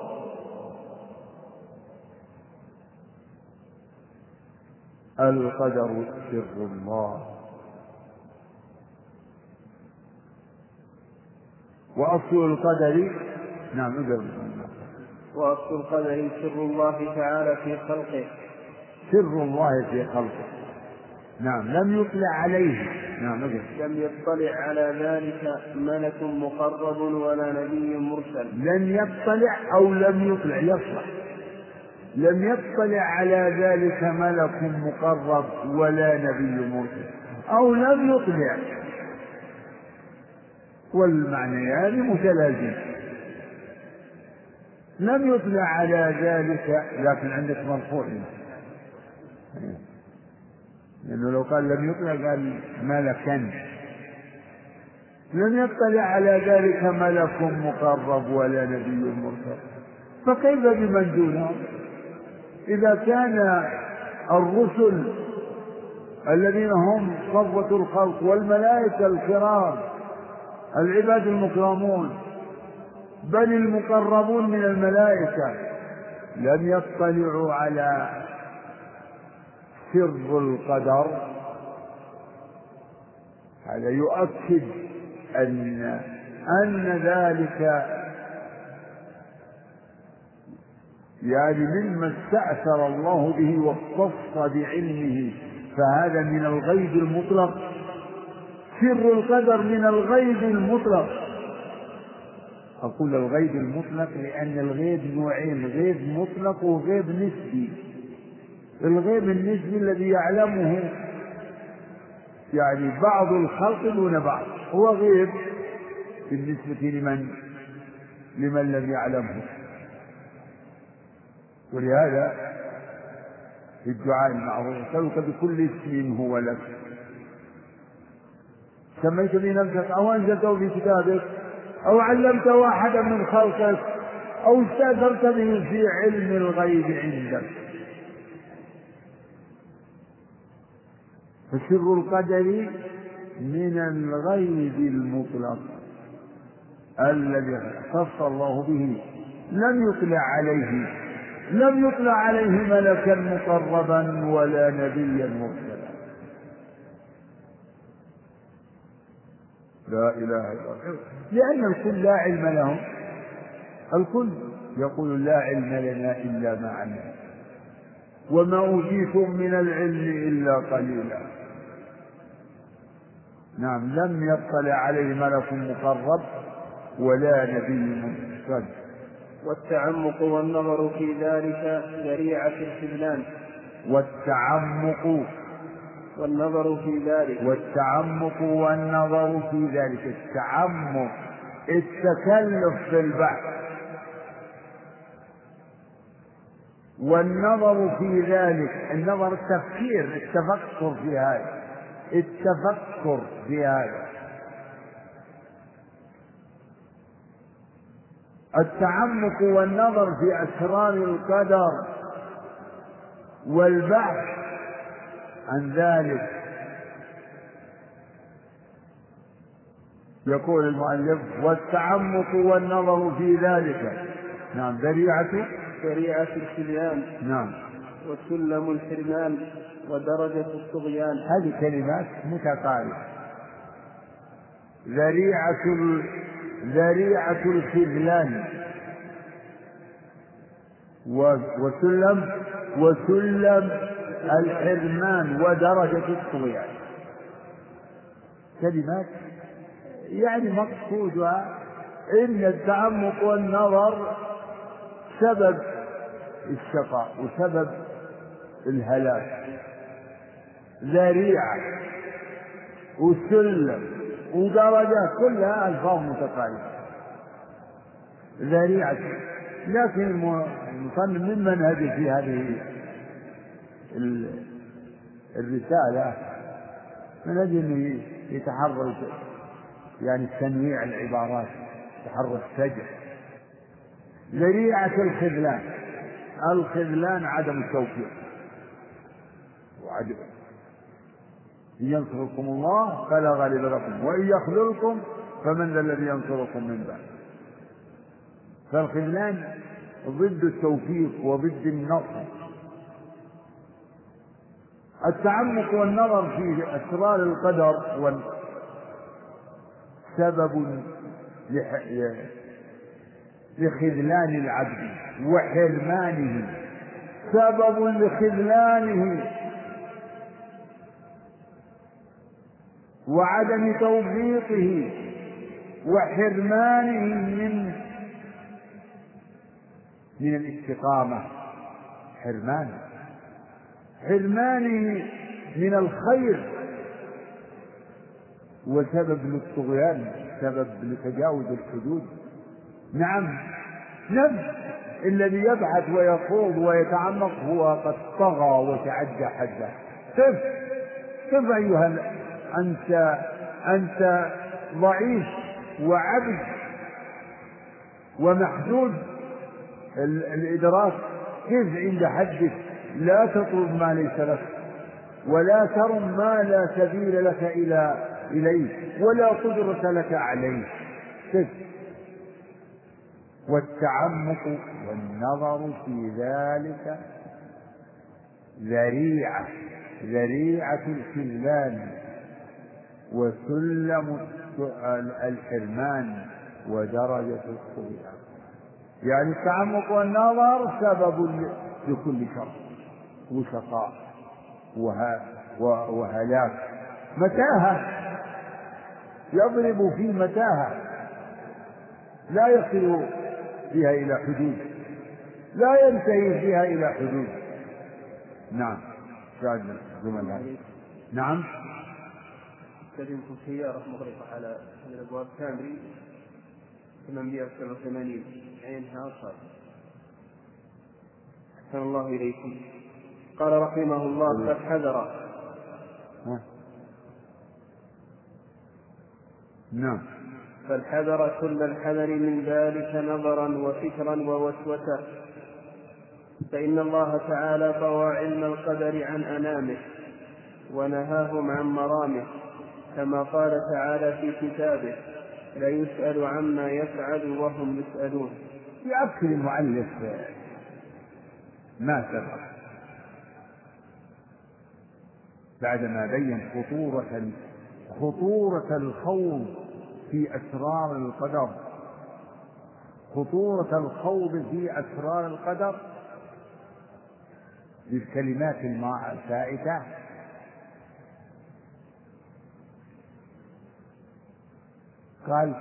القدر سر الله، وأصل القدر وأصل القدر سر الله تعالى في خلقه، سر الله في خلقه. نعم، لم يطلع عليه. نعم، لم يطلع على ذلك ملك مقرب ولا نبي مرسل. لم يطلع أو لم يطلع يصلح، لم يطلع على ذلك ملك مقرب ولا نبي مرسل، أو لم يطلع، والمعنيان متلازم. لم يطلع على ذلك، لكن عندك مرفوع، لأنه لو قال لم يطلع قال ملكا. لم يطلع على ذلك ملك مقرب ولا نبي مرسل، فكيف بمن دونهم؟ إذا كان الرسل الذين هم صفوة الخلق والملائكة الكرام العباد المكرمون بل المقربون من الملائكة لم يطلعوا على سر القدر، هذا يؤكد أن ذلك يعني مما استأثر الله به واختص بعلمه، فهذا من الغيب المطلق. سر القدر من الغيب المطلق. أقول الغيب المطلق لأن الغيب نوعين، غيب مطلق وغيب نسبي. الغيب النسبي الذي يعلمه يعني بعض الخلق دون بعض هو غيب بالنسبة لمن لم يعلمه. ولهذا في الدعاء المعروف أسألك بكل اسم هو لك سميت بنفسك أو أنزلته في كتابك أو علمته أحدا من خلقك أو استأثرت به في علم الغيب عندك. فسر القدر من الغيب المطلق الذي اختص الله به لم يطلع عليه ملكا مقربا ولا نبيا مرسلا. لا إله إلا الله، لأن الكل لا علم لهم، الكل يقول لا علم لنا إلا ما علمنا وما أوتيتم من العلم إلا قليلا. نعم، لم يطلع عليه ملك مقرب ولا نبي مرسل. والتعمق والنظر في ذلك ذريعة الخذلان. والتعمق والنظر في ذلك التعمق التكلف في البحث، والنظر في ذلك النظر التفكير التفكر في هذا التعمق والنظر في أسرار القدر والبحث عن ذلك. يقول المؤلف والتعمق والنظر في ذلك. نعم، ذريعة الخذلان. نعم، وسلم الحرمان ودرجة الطغيان. هذه كلمات متقاربة. ذريعة الخذلان وسلم الحرمان ودرجة الطغيان، كلمات يعني مقصودها إن التعمق والنظر سبب الشقاء وسبب الهلاك، ذريعة وسلم ودرجة كلها ألفاظ متقاربة. ذريعة، لكن المصنف من منهجه في هذه الرسالة من أجل أنه يتحرك يعني تنويع العبارات، تحرك سجع. ذريعة الخذلان عدم التوفيق وعدم. إن ينصركم الله فلا غالب لكم وإن يخذلكم فمن ذا الذي ينصركم من بعد. فالخذلان ضد التوفيق وضد النصر. التعمق والنظر في أسرار القدر سبب لخذلان العبد وحرمانه، سبب لخذلانه وعدم توفيقه وحرمانه من الاستقامة، حرمانه من الخير، وسبب للطغيان، سبب لتجاوز الحدود. نعم، نفس الذي يبحث ويخوض ويتعمق هو قد طغى وتعدى حده. كيف أيها أنت ضعيف وعبد ومحدود الإدراك، كيف عند حدك لا تطلب ما ليس لك ولا ترم ما لا سبيل لك إليه ولا قدرة لك عليه؟ كيف؟ والتعمق والنظر في ذلك ذريعة الخذلان وسلم الحرمان ودرجة الطغيان. يعني التعمق والنظر سبب لكل شر وشقاء وهلاك، متاهة، يضرب في متاهة لا يصل فيها إلى حدود، لا ينتهي فيها إلى حدود. نعم، نعم. تجدكم سيارة مغرقة على الأبواب كامري 887 عينها أصاب. أحسن الله إليكم. قال رحمه الله فالحذر. نعم. فالحذر كل الحذر من ذلك نظرا وفكرا ووسوسة، فإن الله تعالى طوى علم القدر عن أنامه ونهاهم عن مرامه، كما قال تعالى في كتابه لا يسأل عما يفعل وهم يسألون. يؤكد المؤلف ما سبق بعدما بين خطورة الخوض في أسرار القدر، خطورة الخوض في أسرار القدر بالكلمات الفائتة. قال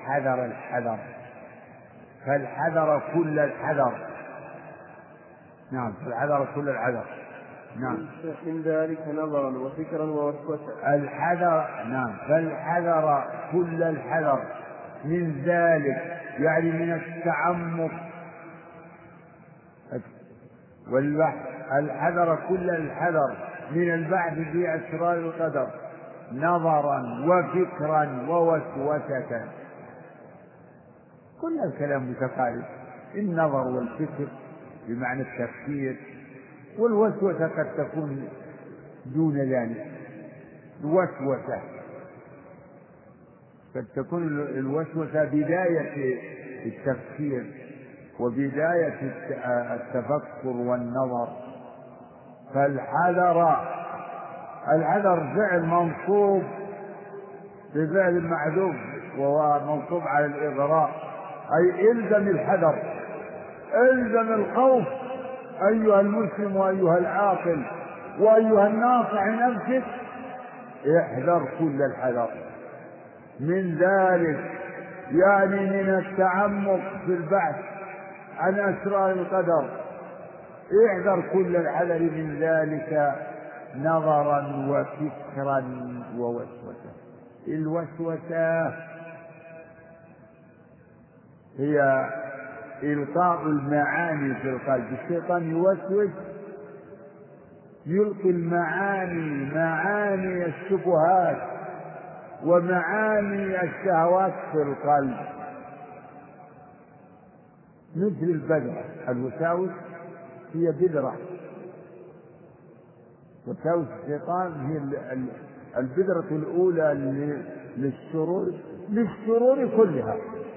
فالحذر كل الحذر. نعم، فالحذر كل الحذر. نعم، من ذلك نظرا وفكرا ووسوسة. نعم، فالحذر كل الحذر من ذلك، يعني من التعمق والبحث. الحذر كل الحذر من البحث في أسرار القدر نظرا وفكرا ووسوسة. كل الكلام متقارب، النظر والفكر بمعنى التفكير، والوسوسة قد تكون دون ذلك. الوسوسة قد تكون الوسوسة بداية التفكير وبداية التفكر والنظر. الحذر فعل منصوب بفعل محذوف وهو منصوب على الإغراء، أي إلزم الحذر، إلزم الخوف أيها المسلم وأيها العاقل وأيها الناصح نفسك. احذر كل الحذر من ذلك، يعني من التعمق في البحث عن أسرار القدر. احذر كل الحذر من ذلك نظرا وفكرا ووسوسة. الوسوسة هي إلقاء المعاني في القلب. الشيطان يوسوس، يلقي معاني الشبهات ومعاني الشهوات في القلب مثل البذرة. الوساوس هي بذرة، وساوس الشيطان هي البذرة الأولى للشرور كلها.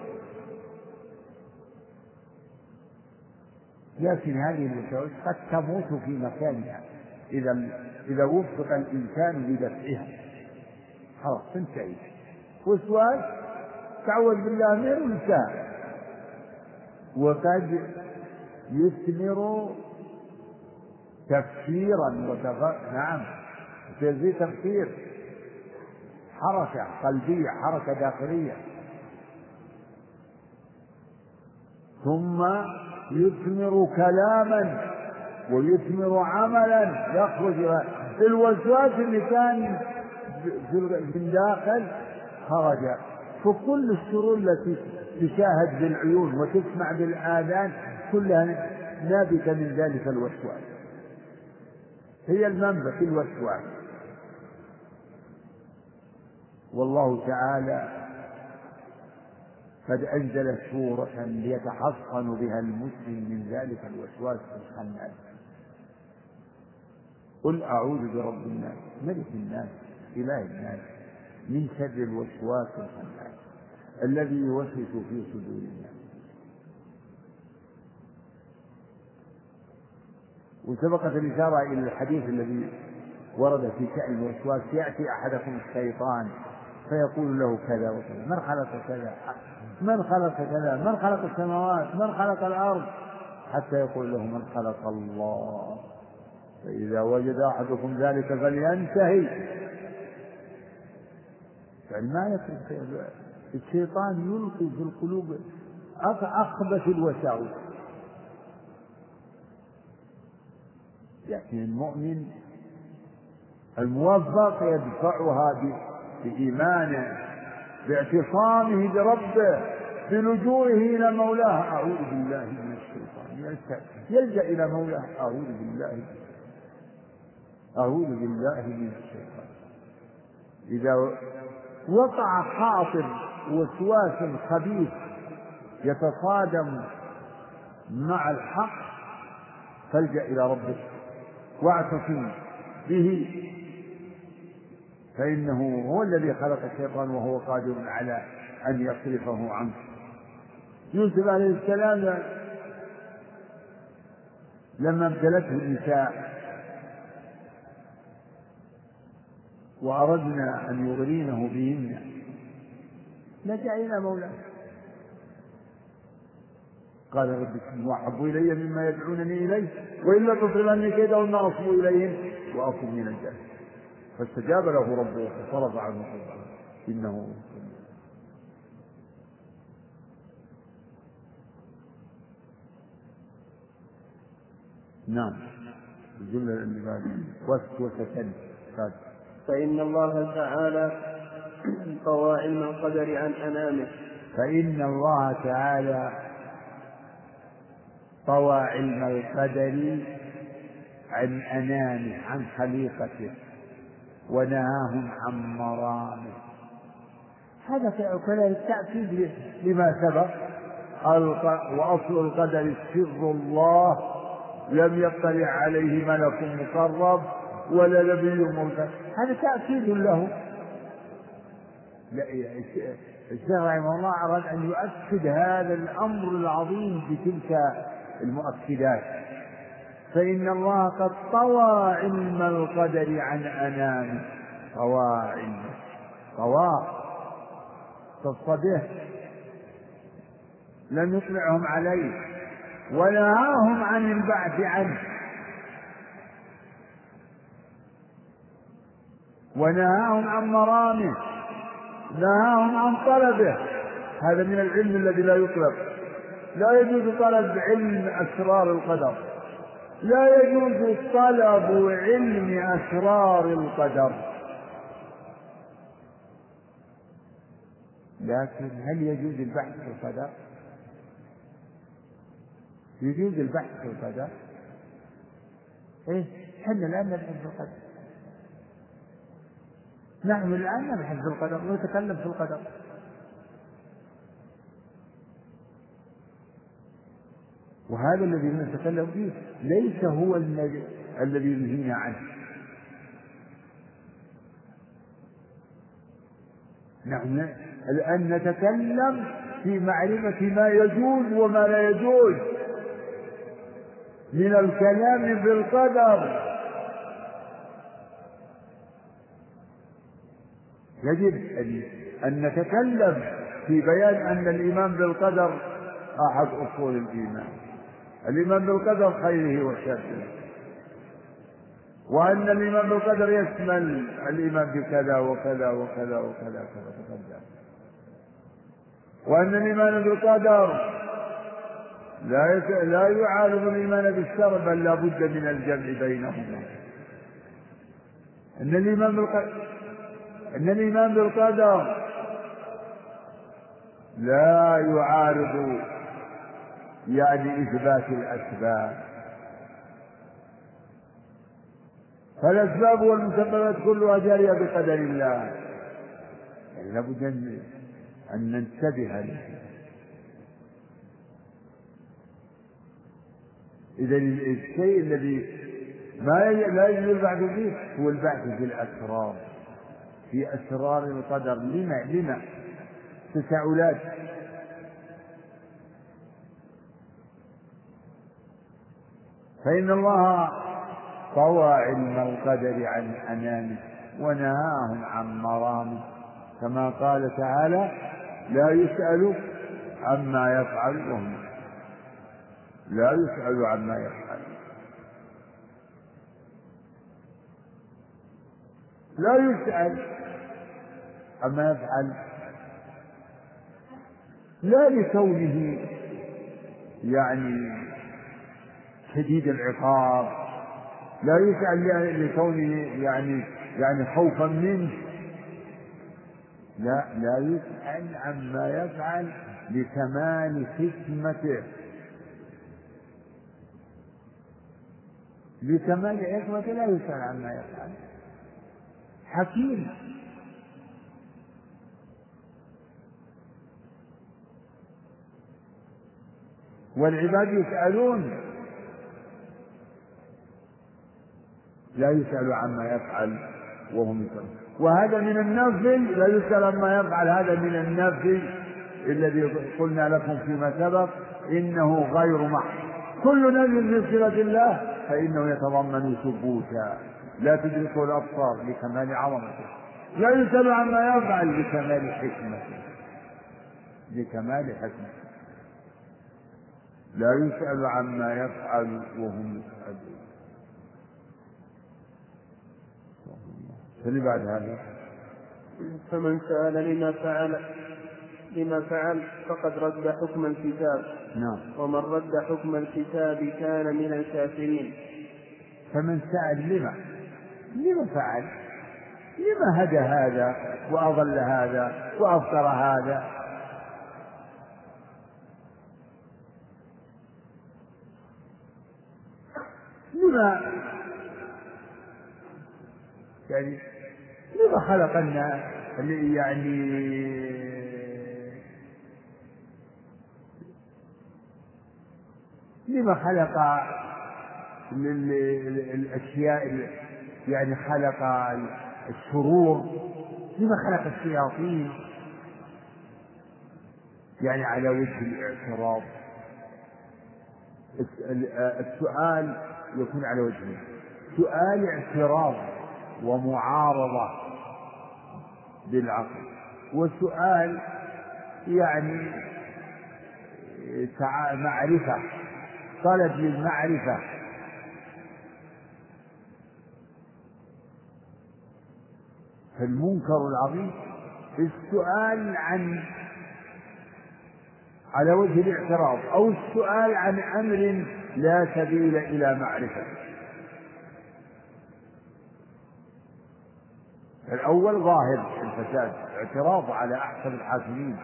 لكن هذه الوساوس قد تموت في مكانها إذا وفق الإنسان بدفعها. خلاص تنتهي. وسواس تعوذ بالله منه وانتهى. وقد يثمر تفكيرا نعم، في تفكير، حركة قلبية، حركة داخلية، ثم يثمر كلاما ويثمر عملا يخرج. الوسواس اللي كان من داخل خرج. فكل الشرور التي تشاهد بالعيون وتسمع بالآذان كلها نابتة من ذلك الوسواس، هي المنبت الوسواس. والله تعالى قد أنزل سورة ليتحصن بها المسلم من ذلك الوسواس الخناس. قل أعوذ برب الناس ملك الناس إله الناس من شر الوسواس الخناس الذي يوسوس في صدور الناس. وسبقت الإشارة إلى الحديث الذي ورد في شأن الوسواس. يأتي أحدكم الشيطان فيقول له كذا وكذا، من خلق كذا، من خلق كذا، من خلق السماوات، من خلق الأرض، حتى يقول له من خلق الله. فإذا وجد أحدكم ذلك فلينتهي. يعني ما يترك. الشيطان يلقي في القلوب أخبث الوساوس. لكن المؤمن الموفق يدفعها بإيمانه، باعتصامه بربه، بلجوئه إلى مولاه. أعوذ بالله من الشيطان، يلجأ إلى مولاه. أعوذ بالله من الشيطان. إذا وقع خاطر وسواس خبيث يتصادم مع الحق فالجأ إلى ربك واعتصم به، فإنه هو الذي خلق الشيطان وهو قادر على أن يصرفه عنه. يوسف عليه السلام لما ابتلته النساء وأردنا أن يغرينه بهن لجأ إلى مولاه قال رب السجن أحب إلي مما يدعونني إليه وإلا تصرف عني كيدهن أصب إليهم وأكن من الجاهلين فاستجاب له ربه فصرف عنه كيدهن إنه نعم. الجملة اللي بعد وسوسة فإن الله تعالى طوى علم القدر عن أنامه. فإن الله تعالى طوى علم القدر عن أنامه عن خليقته ونهاهم عن مرامه. هذا كذلك تأكيد لما سبق. وأصل القدر سر الله لم يطلع عليه ملك مقرب ولا نبي مرسل. هذا تأكيد له. الشيخ رحمه الله أراد أن يؤكد هذا الأمر العظيم بتلك المؤكدات. فإن الله قد طوى علم القدر عن أنامه. طوى علمه تصبه لم يطلعهم عليه ونهاهم عن البعث عنه ونهاهم عن مرامه نهاهم عن طلبه. هذا من العلم الذي لا يطلب. لا يجوز طلب علم أسرار القدر. لا يجوز طلب علم أسرار القدر. لكن هل يجوز البحث في القدر؟ يجوز البحث في القدر. احنا الآن نبحث في القدر. نحن الآن نبحث في القدر ونتكلم في القدر. وهذا الذي نتكلم فيه ليس هو الذي نهينا عنه. نحن الآن نتكلم في معرفة ما يجوز وما لا يجوز من الكلام في القدر. يجب أن نتكلم في بيان أن الإيمان بالقدر أحد أصول الإيمان. الإيمان بالقدر خيره وشره، وأن الإيمان بالقدر يشمل الإيمان بكذا وكذا وكذا وكذا كذا، وأن الإيمان بالقدر لا يعارض الإيمان بالشر بل لا بد من الجمع بينهما. أن الإيمان بالقدر لا يعارض إثبات الأسباب. فالأسباب والمسببات كلها جارية بقدر الله. لابد أن ننتبه له. إذا الشيء الذي لا يجوز البحث فيه هو البحث في الأسرار، في أسرار القدر. لما تساؤلات. فإن الله طوى علم القدر عن أنامه ونهاهم عن مرامه، كما قال تعالى: لا يسأل عما يفعل وهم لا يسأل عما يفعل. لا يسأل عما يفعل لا لكونه شديد العقاب، لا يسأل لكونه خوفا منه، لا يسأل عما يفعل لكمال حكمته، لكمال حكمته لا يسأل عما يفعل. حكيم. والعباد يسألون لا يسأل عما يفعل وهم يسألون. وهذا من النفل، لا يسأل عما يفعل، هذا من النفل الذي قلنا لكم فيما سبق إنه غير محض. كل نفل في صفة الله فإنه يتضمن ثبوتا لا تدركه الأبصار لكمال عظمته، لا يسأل عما يفعل لكمال حكمته، لكمال حكمته، لا يسأل عما يفعل وهم يسألون. فاللي بعد هذا فمن سأل لما فعل فقد رد حكم الكتاب. نعم. ومن رد حكم الكتاب كان من الكافرين. فمن سأل لما فعل، لما هدى هذا وأضل هذا وأفطر هذا، لما يعني لما خلق الناس، يعني لما خلق الأشياء، يعني خلق الشرور، لما خلق الشياطين، يعني على وجه الاعتراض. السؤال يكون على وجهه، سؤال اعتراض ومعارضة بالعقل، وسؤال يعني معرفة، طلب للمعرفة. فالمنكر العظيم السؤال على وجه الاعتراض، أو السؤال عن أمر لا سبيل إلى معرفة. الأول ظاهر الفساد، اعتراض على أحسن الحاكمين،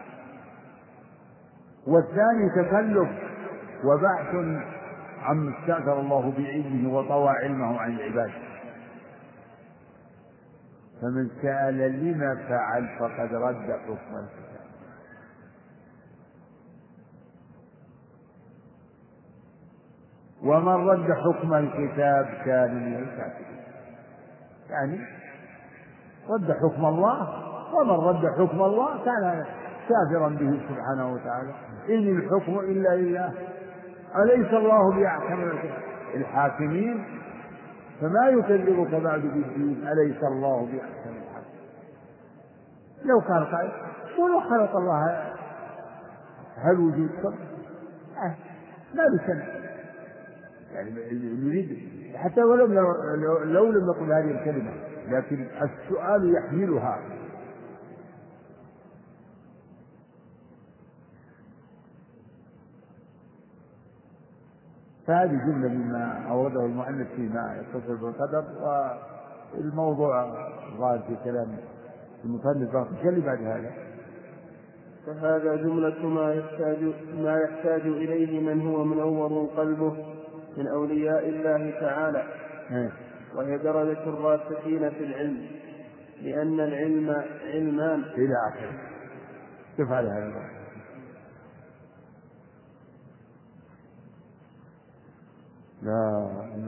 والثاني تكلف وبحث عما استأثر الله بعلمه وطوى علمه عن العباد. فمن سأل لما فعل فقد رد حكم الكتاب. ومن رد حكم الكتاب كان من الكافرين، يعني رد حكم الله، ومن رد حكم الله كان كافرا به سبحانه وتعالى. إن الحكم إلا لله، أليس الله بأحكم الحاكمين؟ فما يكذبك بعد بالدين، أليس الله بأحكم الحاكمين؟ لو كان قائل ولو خلق الله هل وجود صدق ما بسنة، يعني يريد حتى ولو لو لم يقل هذه الكلمة، لكن السؤال يحملها. فهذه جملة مما أورده المؤلف فيما يتصل بالقدر، والموضوع ظاهر في كلام المصنف. اللي بعد هذا فهذا جملة ما يحتاج إليه من هو منور قلبه من أولياء الله تعالى، وهي درجة الراسخين في العلم، لأن العلم علمان إلى آخره. كيف على هذا؟ لا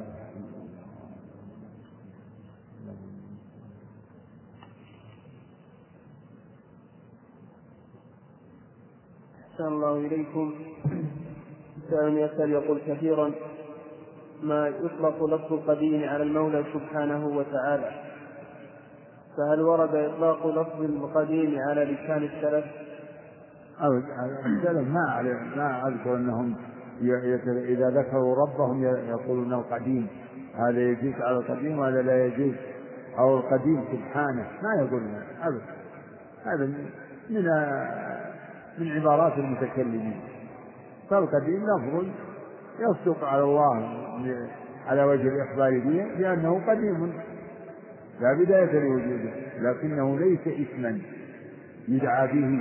أحسن الله إليكم. سائل يسأل يقول كثيرا ما يطلق لفظ القديم على المولى سبحانه وتعالى، فهل ورد إطلاق لفظ القديم على لسان السلف؟ السلف ما أذكر أنهم إذا ذكروا ربهم يقولون القديم، هذا يجوز على القديم وهذا لا يجوز، أو القديم سبحانه، ما يقولون أبدا. هذا من عبارات المتكلمين. فالقديم لفظ يصدق على الله على وجه الإخبار به لأنه قديم لا بداية لوجوده، لكنه ليس اسما يدعى به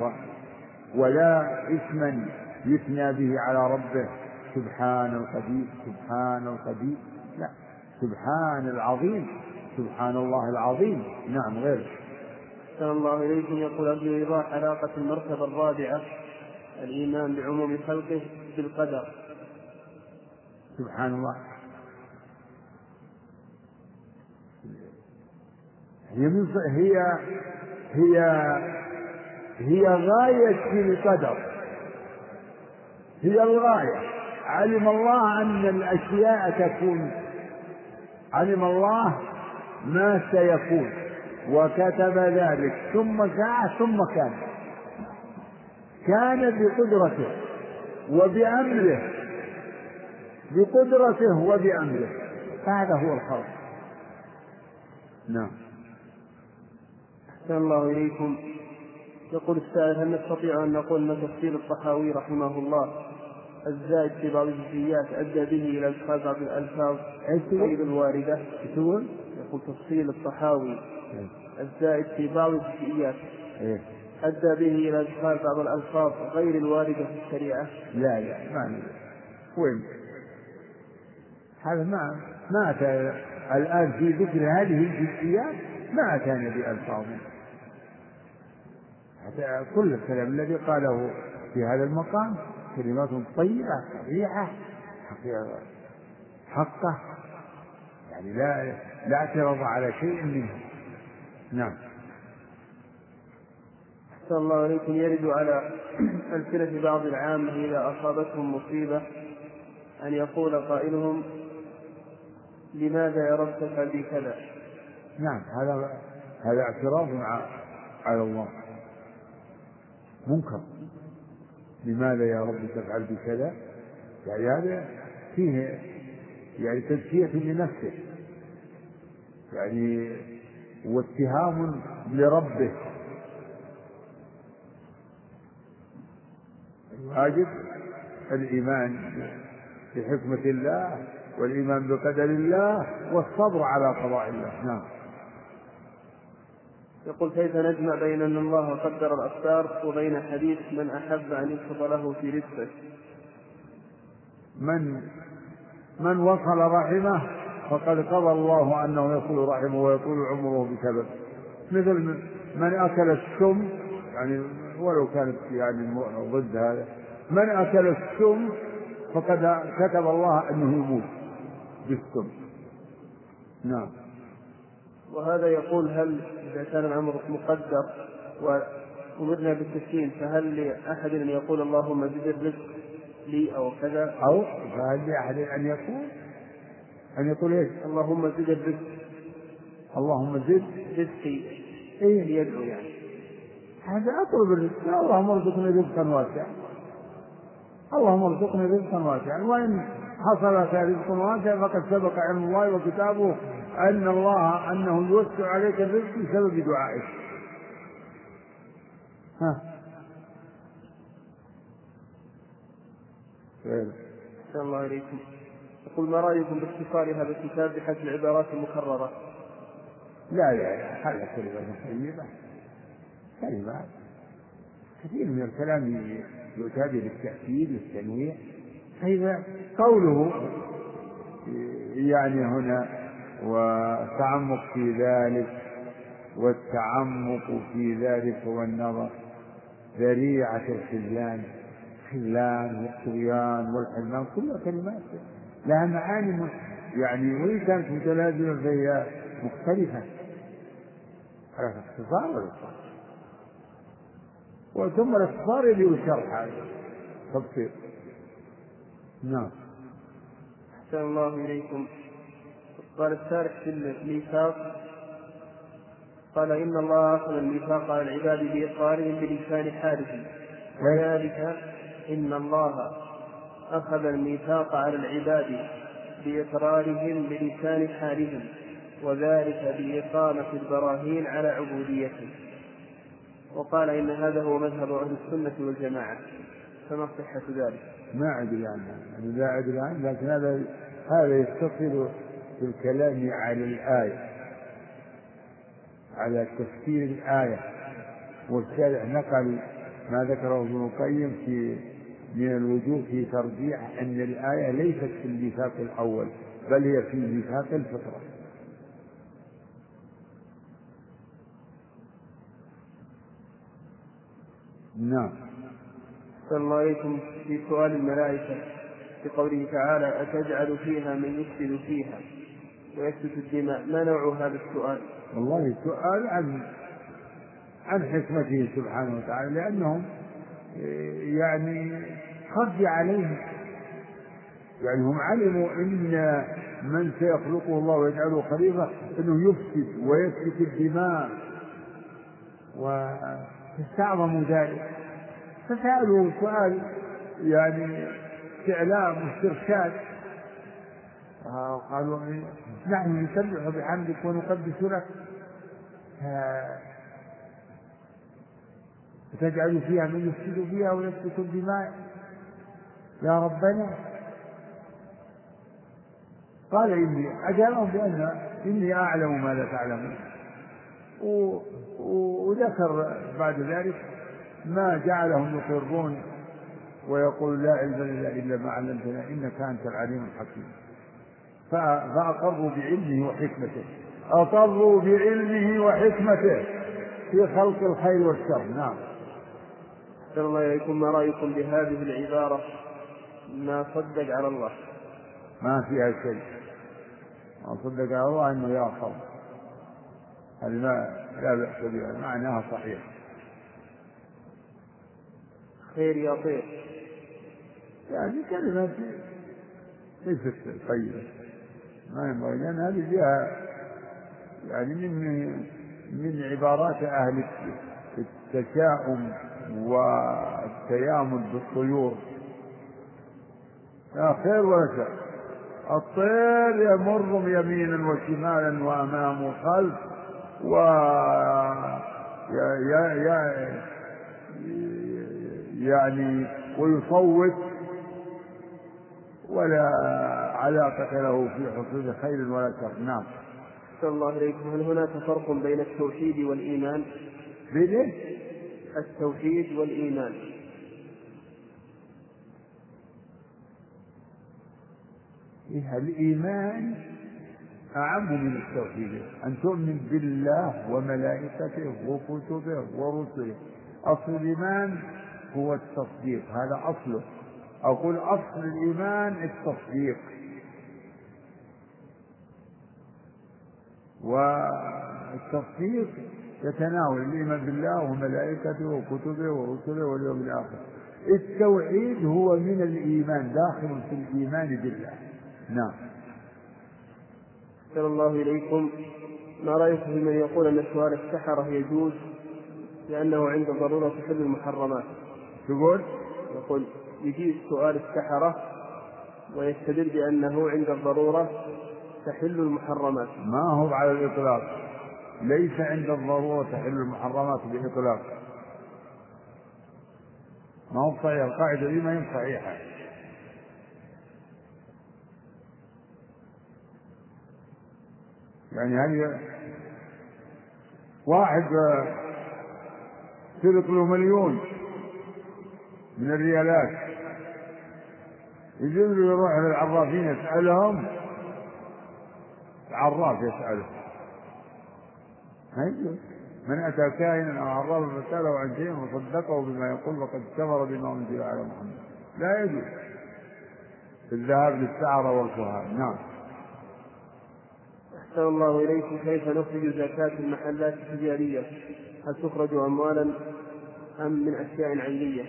ولا اسما يثنى به على ربه. سبحان القديم، سبحان القديم، لا، سبحان العظيم، سبحان الله العظيم. نعم غير. أحسن الله إليكم. يقول أبو إيضاح علاقة المرتبة الرابعة الإيمان بعموم خلقه بالقدر. سبحان الله، هي هي هي غاية القدر، هي الغاية. علم الله أن الأشياء تكون، علم الله ما سيكون وكتب ذلك، ثم ساعة ثم كان بقدرته وبأمره، بقدرته وبأمره، هذا هو الخلق. نعم. أحسن الله إليكم. يقول السائل: هل نستطيع أن نقول أن تفسير الطحاوي رحمه الله الزائد في بعض الجزئيات أدى به إلى إدخال بعض الألفاظ غير الواردة؟ يقول تفصيل الطحاوي الزائد في بعض الجزئيات أدى به إلى إدخال بعض الألفاظ غير الواردة في الشريعة؟ لا ما وين هذا ما أتى الآن في ذكر هذه الجزئيات، ما أتانا بألفاظ. كل الكلام الذي قاله في هذا المقام كلمات طيبة صحيحة حقه، يعني لا اعتراض على شيء منه. نعم. أحسن الله عليكم. يرد على ألسنة بعض العامة إذا أصابتهم مصيبة أن يقول قائلهم: لماذا يا رب تفعل بي كذا؟ نعم، هذا اعتراض على الله، منكر. لماذا يا رب تفعل بي كذا؟ يعني هذا فيه يعني تزكية لنفسه، يعني واتهام لربه. واجب الإيمان بحكمة الله والإيمان بقدر الله والصبر على قضاء الله. نعم. يقول: كيف نجمع بين أن الله قدر الأقدار وبين حديث من أحب أن يبسط له في رزقه؟ من وصل رحمه فقد قضى الله أنه يصل رحمه ويطول عمره بسبب، مثل من أكل السم، يعني ولو كانت يعني ضد هذا، من أكل السم فقد كتب الله أنه يموت بالسم. نعم. وهذا يقول: هل إذا كان الأمر مقدر وأمرنا بالتسليم فهل لأحد أن يقول اللهم زد الرزق لي أو كذا؟ أو فهل لأحد أن يقول إيش؟ اللهم زد الرزق، اللهم زد رزقي، يدعو يعني. هذا أطلب الرزق، اللهم ارزقني رزقا واسعا، اللهم ارزقني رزقا واسعا. وإن حصل رزق واسع فقد سبق علم الله وكتابه أنه يوسع عليك الرزق بسبب دعائك. أحسن الله إليكم. يقول: ما رأيكم باختصار هذا الكتاب بحذف العبارات المكررة؟ لا حل كلمة طيبة، كلمات كثير من الكلام يؤتى بالتأكيد والتنويع. فإذا قوله يعني هنا والتعمق في ذلك، والتعمق في ذلك والنظر ذريعة الخذلان والطغيان والحرمان، كلها كلمات لها معاني يعني وإن كانت متلازمة فهي مختلفة على الاختصار والاختصار، وثم الاختصار اللي يشرح هذا تفصيل. نعم. أحسن الله إليكم. قال الشارح في الميثاق: قال: إن الله أخذ الميثاق على العباد بإقرارهم بلسان حالهم، وذلك إن الله أخذ الميثاق على العباد بإقرارهم بلسان حالهم، وذلك بإقامة البراهين على عبوديته. وقال: إن هذا هو مذهب أهل السنة والجماعة، فما صحة ذلك؟ ما أدري عنه، أنا لا أدري عنه، لكن هذا يتصل بالكلام على الآية، على تفسير الآية. والشارع نقل ما ذكره ابن القيم من الوجوه في ترجيح أن الآية ليست في الميثاق الأول بل هي في ميثاق الفطرة. نعم. صلى الله عليكم. في سؤال الملائكة في قوله تعالى: أتجعل فيها من يفسد فيها ويسفك الدماء، ما نوع هذا السؤال؟ والله سؤال عن حكمته سبحانه وتعالى، لأنهم يعني خفي عليهم، يعني هم علموا أن من سيخلقه الله ويجعله خليفة أنه يفسد ويسفك الدماء، واستعظموا ذلك فسألوا سؤال يعني استعلام واسترشاد. قالوا نحن نسبح بحمدك ونقدس لك فتجعل فيها من يفسد فيها ويسفك الدماء يا ربنا. قال إني أجابهم بأن إني أعلم ما لا تعلمون، وذكر بعد ذلك ما جعلهم يقرون ويقول لا علم لنا إلا ما علمتنا إنك أنت العليم الحكيم. فأقروا بعلمه وحكمته، أقروا بعلمه وحكمته في خلق الخير والشر. نعم. أحسن الله إليكم، ما رأيكم بهذه العبارة ما صدق على الله؟ ما فيها شيء، ما صدق على الله إنه يأخر، هذه لا بأس بها، معناها صحيح. خير يا طير يعني كلمة ليست طيبة، ما ينبغي، لأن هذه فيها يعني من عبارات أهل التشاؤم والتيامن بالطيور. لا خير ولا شر، الطير يمر يمينا وشمالا وأمام وخلف يعني ويصوت ولا علاقة له في حصول خير ولا شر. نعم. أحسن الله إليكم، هل هناك فرق بين التوحيد والإيمان؟ بين التوحيد والإيمان. الإيمان أعم من التوحيد، أن تؤمن بالله وملائكته وكتبه ورسله. أصل الإيمان هو التصديق، هذا أصله. أقول أصل الإيمان التصديق، والتصديق يتناول الإيمان بالله وملائكته وكتبه ورسله واليوم الآخر. التوحيد هو من الإيمان، داخل في الإيمان بالله. نعم. أحسن الله إليكم، ما رأيكم في من يقول أن سؤال السحرة يجوز لأنه عند ضرورة تحل المحرمات؟ يقول يجيز سؤال السحرة ويستدل بأنه عند الضرورة تحل المحرمات. ما هو على الإطلاق، ليس عند الضرورة تحل المحرمات بإطلاق، ما هو صحيح، القاعدة دي ما هي صحيحة. يعني هل واحد سرق له 1,000,000 من الريالات يجب له يروح للعرافين يسألهم، العراف يسأله ما يجوز. من أتى كاهنا أو عرافا فسأله عن شيء وصدقه بما يقول فقد كفر بما أنزل على محمد. لا يجوز الذهاب للسحرة والكهان. نعم. أحسن الله إليكم، كيف نخرج زكاة المحلات التجارية؟ هل تخرج أموالا أم من أشياء عينية؟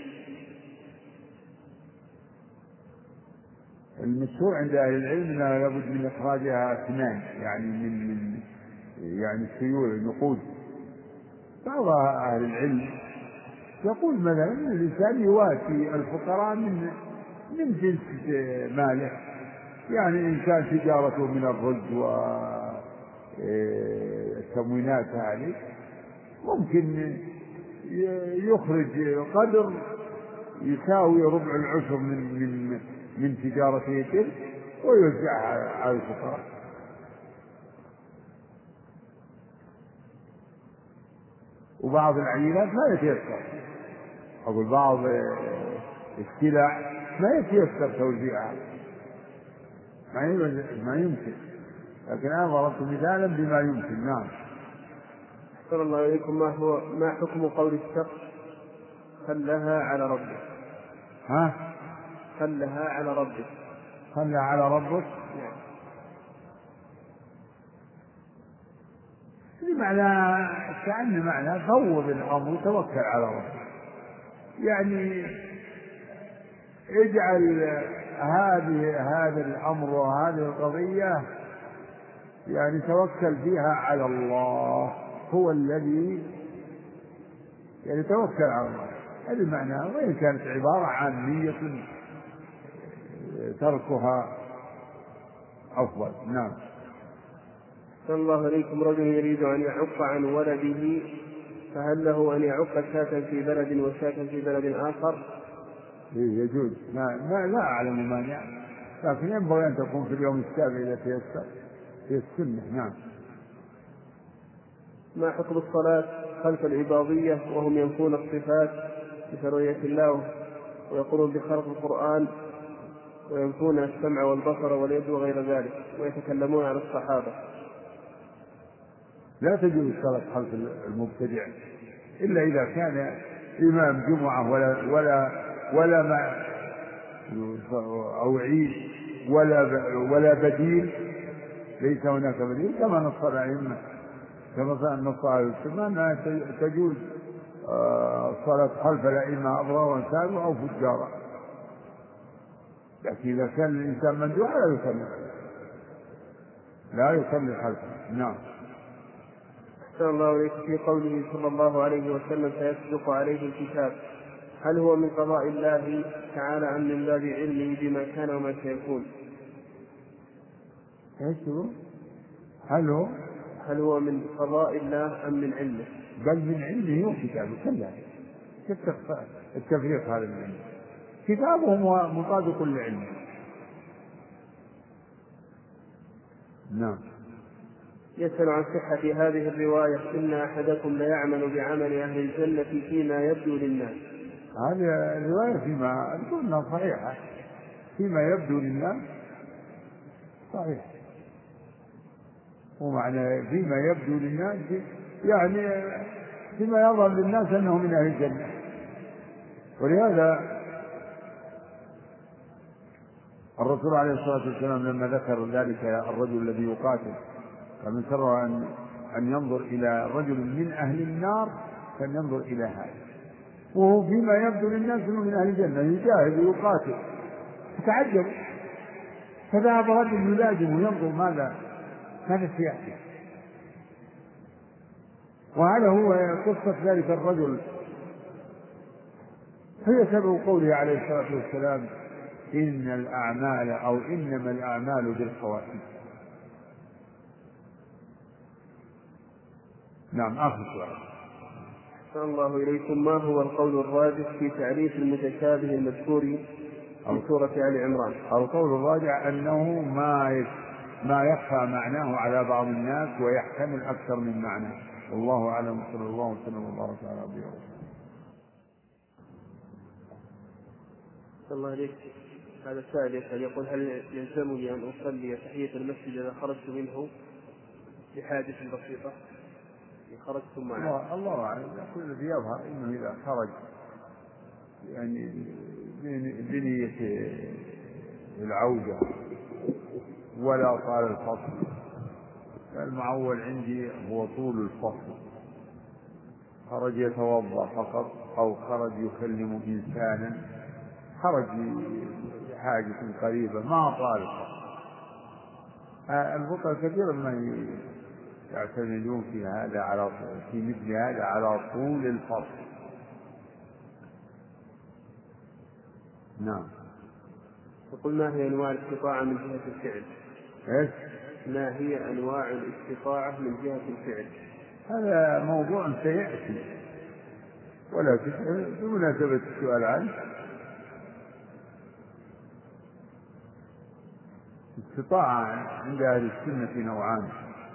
المشهور عند أهل العلم أنه لابد من إخراجها اثنان، يعني من يعني السيول النقود. بعض أهل العلم يقول مثلا الإنسان يواتي الفقراء من جنس ماله، يعني إن كان تجارته من الرز والتموينات هذه ممكن يخرج قدر يساوي ربع العشر من تجارته تلك ويوزعها على الفقراء. وبعض العينات ما يتيسر، أقول بعض السلع ما يتيسر توزيعها، ما يمكن، لكن أنا ضربت مثالا بما يمكن. نعم. أحسن الله إليكم، ما حكم قول الشخص خلها على ربه؟ خلها على ربه. خلها على ربك. معنى كأن معنى فوض الأمر وتوكل على ربك، يعني اجعل هذا الأمر وهذه القضية يعني توكل فيها على الله، هو الذي يعني توكل على الله. هذا المعنى، وإن كانت عبارة عن نية تركها أفضل. نعم. صلى الله عليكم. رجل يريد أن يعق عن ولده، فهل له أن يعق شاة في بلد وشاة في بلد آخر؟ يجوز، لا أعلم مانع، لكن ينبغي أن تكون في اليوم السابع إذا تيسر في السنة. نعم. ما حكم الصلاة خلف العباضية وهم ينفون الصفات بشرعية الله ويقولون بخلق القرآن وينفون السمع والبصر واليد وغير ذلك ويتكلمون عن الصحابة؟ لا تجوز الصلاة خلف المبتدع إلا إذا كان إمام جمعة ولا ما أو عيد ولا بديل، ليس هناك بديل، كما نص الأئمة كما نص على السنة أنها تجوز الصلاة خلف الأئمة أبرار وانسان أو فجارا، لكن إذا كان الإنسان مندوح لا يصلي خلفه. نعم. أحسن الله عليك. في قوله صلى الله عليه وسلم سيسبق عليه الكتاب، هل هو من قضاء الله تعالى أم من باب علمه بما كان وما سيكون؟ هل هو من قضاء الله أم من علمه؟ بل من علمه وكتابه. كلا التفريق هذا من علمه، كتابه مطابق لعلمه. نعم. يسأل عن صحة هذه الرواية: إن أحدكم ليعمل بعمل أهل الجنة فيما يبدو للناس. هذه الرواية فيما أنها صحيحة، فيما يبدو للناس صحيح، ومعنى فيما يبدو للناس يعني فيما يظهر للناس أنه من أهل الجنة. ولهذا الرسول عليه الصلاة والسلام لما ذكر ذلك الرجل الذي يقاتل فمن سره أن ينظر إلى رجل من أهل النار فلينظر إلى هذا، وهو فيما يبدو للناس أنه من أهل الجنة، يجاهد ويقاتل، فتعجب، فذهب رجل يلازم وينظر ماذا سيأتي. وهذا هو قصة ذلك الرجل، هي سبب قوله عليه الصلاة والسلام: إن الأعمال أو إنما الأعمال بالخواتيم. نعم. آخر سؤال. أحسن الله إليكم. ما هو القول الراجح في تعريف المتشابه المذكور في سورة آل عمران؟ القول الراجح أنه ما يخفى معناه على بعض الناس ويحتمل أكثر من معنى. والله أعلم، صلى الله وسلم وبارك على عبده ورسوله. صلى الله عليك. هذا سائل يقول: هل يلزمني أن أصلي تحية المسجد إذا خرجت منه لحادث بسيطة؟ خرجت معه. الله أعلم. يقول الذي يظهر إنه إذا خرج يعني بنية العودة ولا طال الفصل، فالمعول عندي هو طول الفصل، خرج يتوضأ فقط أو خرج يكلم إنسانا، خرج لحاجة قريبة ما طال الفصل. الفقهاء كثيرا ما يعتمدون في مثل هذا على طول الفصل. نعم. يقول: ما هي أنواع الاستطاعة من جهة الفعل؟ ما هي أنواع الاستطاعة من جهة الفعل؟ هذا موضوع سيأتي، ولكن بمناسبة السؤال عنه، الاستطاعة عند أهل السنة نوعان: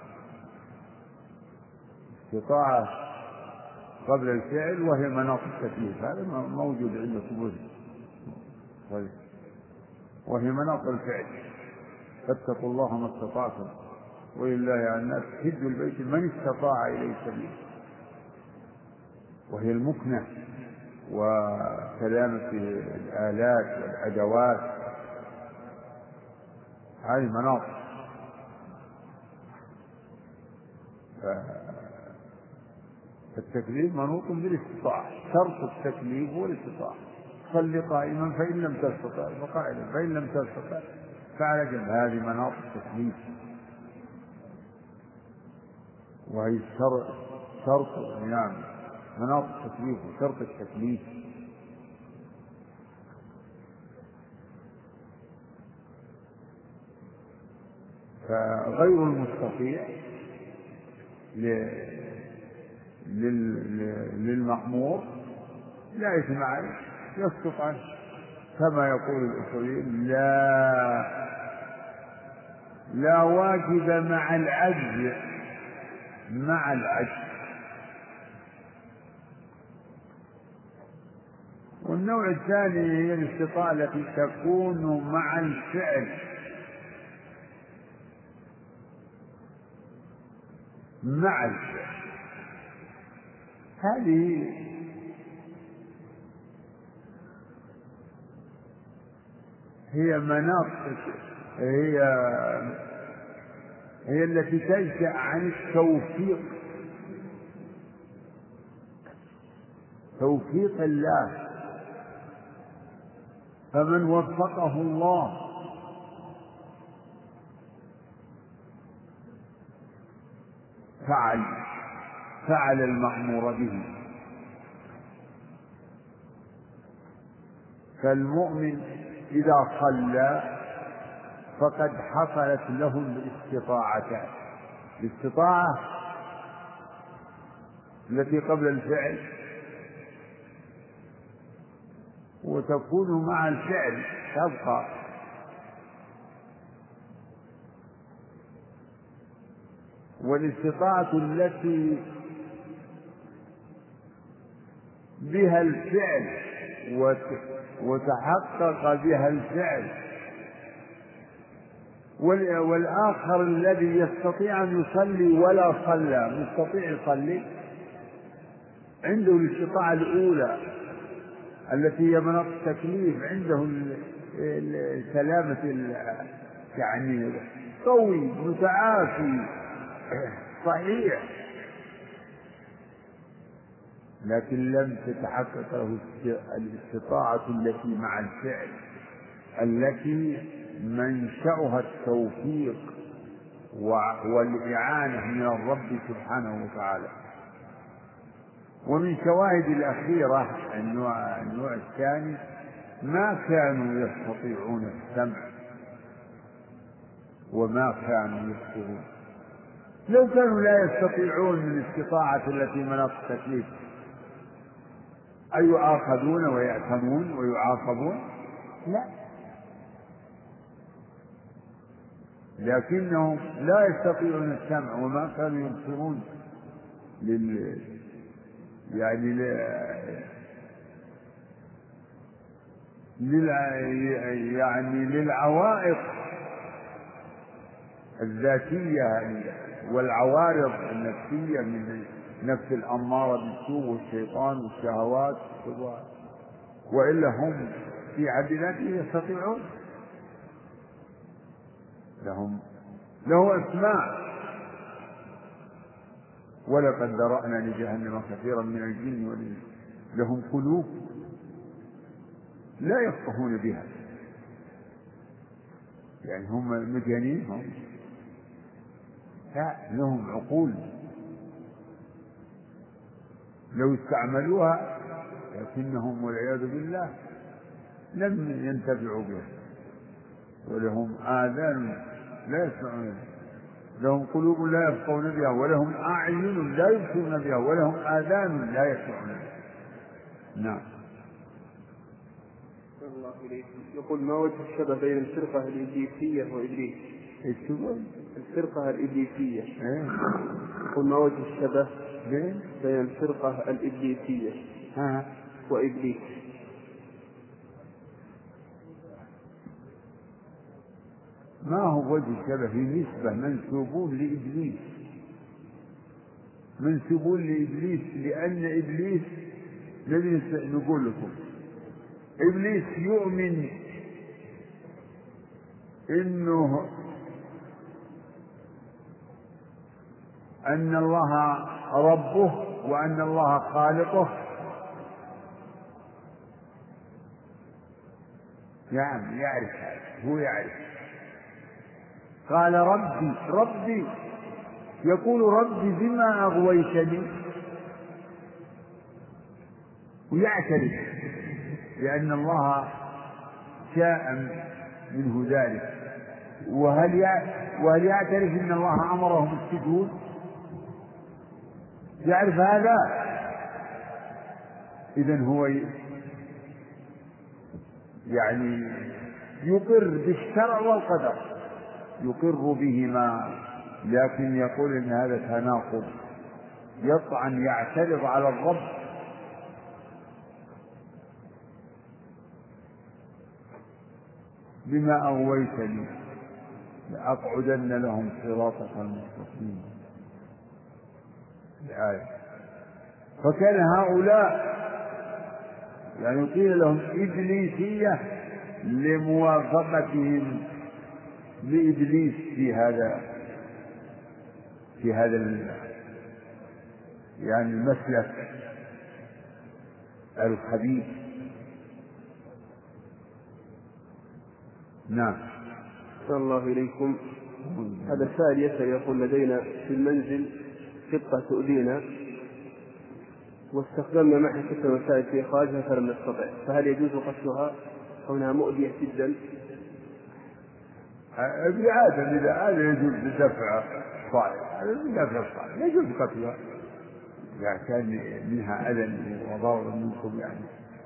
استطاعة قبل الفعل وهي مناط التكليف، هذا موجود عندكم، وهي مناط الفعل: فاتقوا الله ما استطعتم ولله على الناس حج البيت من استطاع إليه سبيلا، وهي المكنة وسلامة الآلات والأدوات، هذه مناط. التكليف منوط بالاستطاعة، شرط التكليف هو الاستطاعة. صل قائما فإن لم تستطع فقاعدا فإن لم تستطع فعلى جنب. هذه مناط التكليف، وهي شرط يعني مناط التكليف وشرط التكليف. فغير المستطيع للمأمور لا إثم عليه، يسقط عنه، كما يقول الأصوليين: لا واجب مع العجز، مع العجز. والنوع الثاني هي الاستطاعة التي تكون مع الفعل، مع الفعل. هذه هي مناط، هي التي تنشأ عن التوفيق، توفيق الله. فمن وفقه الله فعل المأمور به. فالمؤمن إذا صلى فقد حصلت له الاستطاعتان: الاستطاعة التي قبل الفعل، وتكون مع الفعل تبقى، والاستطاعة التي بها الفعل وتحقق بها الفعل، والآخر الذي يستطيع أن يصلي ولا صلى، مستطيع يصلي، عنده الاستطاعة الأولى التي هي مناط التكليف، عنده سلامة يعني قوي متعافي صحيح، لكن لم تتحقق له الاستطاعة التي مع الفعل، التي منشأها التوفيق والإعانة من الرب سبحانه وتعالى. ومن شواهد الأخيرة النوع الثاني: ما كانوا يستطيعون السمع وما كانوا يبصرون. لو كانوا لا يستطيعون الاستطاعة التي مناط التكليف، أيؤاخذون ويأثمون ويعاقبون؟ لا، لكنهم لا يستطيعون السمع وما كانوا يبصرون للعوائق الذاتية والعوارض النفسية من نفس الأمارة بالسوء والشيطان والشهوات، وإلا هم في حد ذاتهم يستطيعون، له أسماء: ولقد ذرأنا لجهنم كثيرا من الجن والإنس لهم قلوب لا يفقهون بها. يعني هم مجانين، هم لهم عقول لو استعملوها، لكنهم والعياذ بالله لم ينتفعوا بها. ولهم آذان لا يسمعون، لهم قلوب لا يفقهون بها، ولهم أعين لا يبصرون بها، ولهم آذان لا يسمعون بها. نعم. الله إليكم. يقول: ما وجه الشبه بين الفرقة الإبليسية وإبليس؟ الفرقة الإبليسية. يقول: ما وجه الشبه بين الفرقة الإبليسية وإبليس؟ ما هو وجه الشبه؟ نسبة منسوبون لإبليس، لأن إبليس الذي نقول لكم إبليس يؤمن أن الله ربه وأن الله خالقه؟ نعم يعرف هذا، هو يعرف. قال ربي يقول ربي بما أغويتني، ويعترف لأن الله شاء منه ذلك. وهل يعترف أن الله أمره بالسجود؟ يعرف هذا؟ إذن هو يعني يقر بالشرع والقدر، يقر بهما، لكن يقول إن هذا تناقض، يطعن يعترض على الرب. بما أغويتني لأقعدن لهم صراطك المستقيم. الآية. فكان هؤلاء يعني قيل لهم إبليسية لموافقتهم لإبليس في هذا يعني المسلك الخبيث. نعم. صلى الله إليكم. هذا السائل يسأل يقول لدينا في المنزل قطة تؤذينا واستخدمنا معها كثير وسائل في إخراجها فلم نستطع، فهل يجوز قتلها كونها مؤذية جدا؟ بعادة إذا هذا يجوز بدفع صائل، يجوز قتلها إذا كان منها أذى وضرر منكم، يعني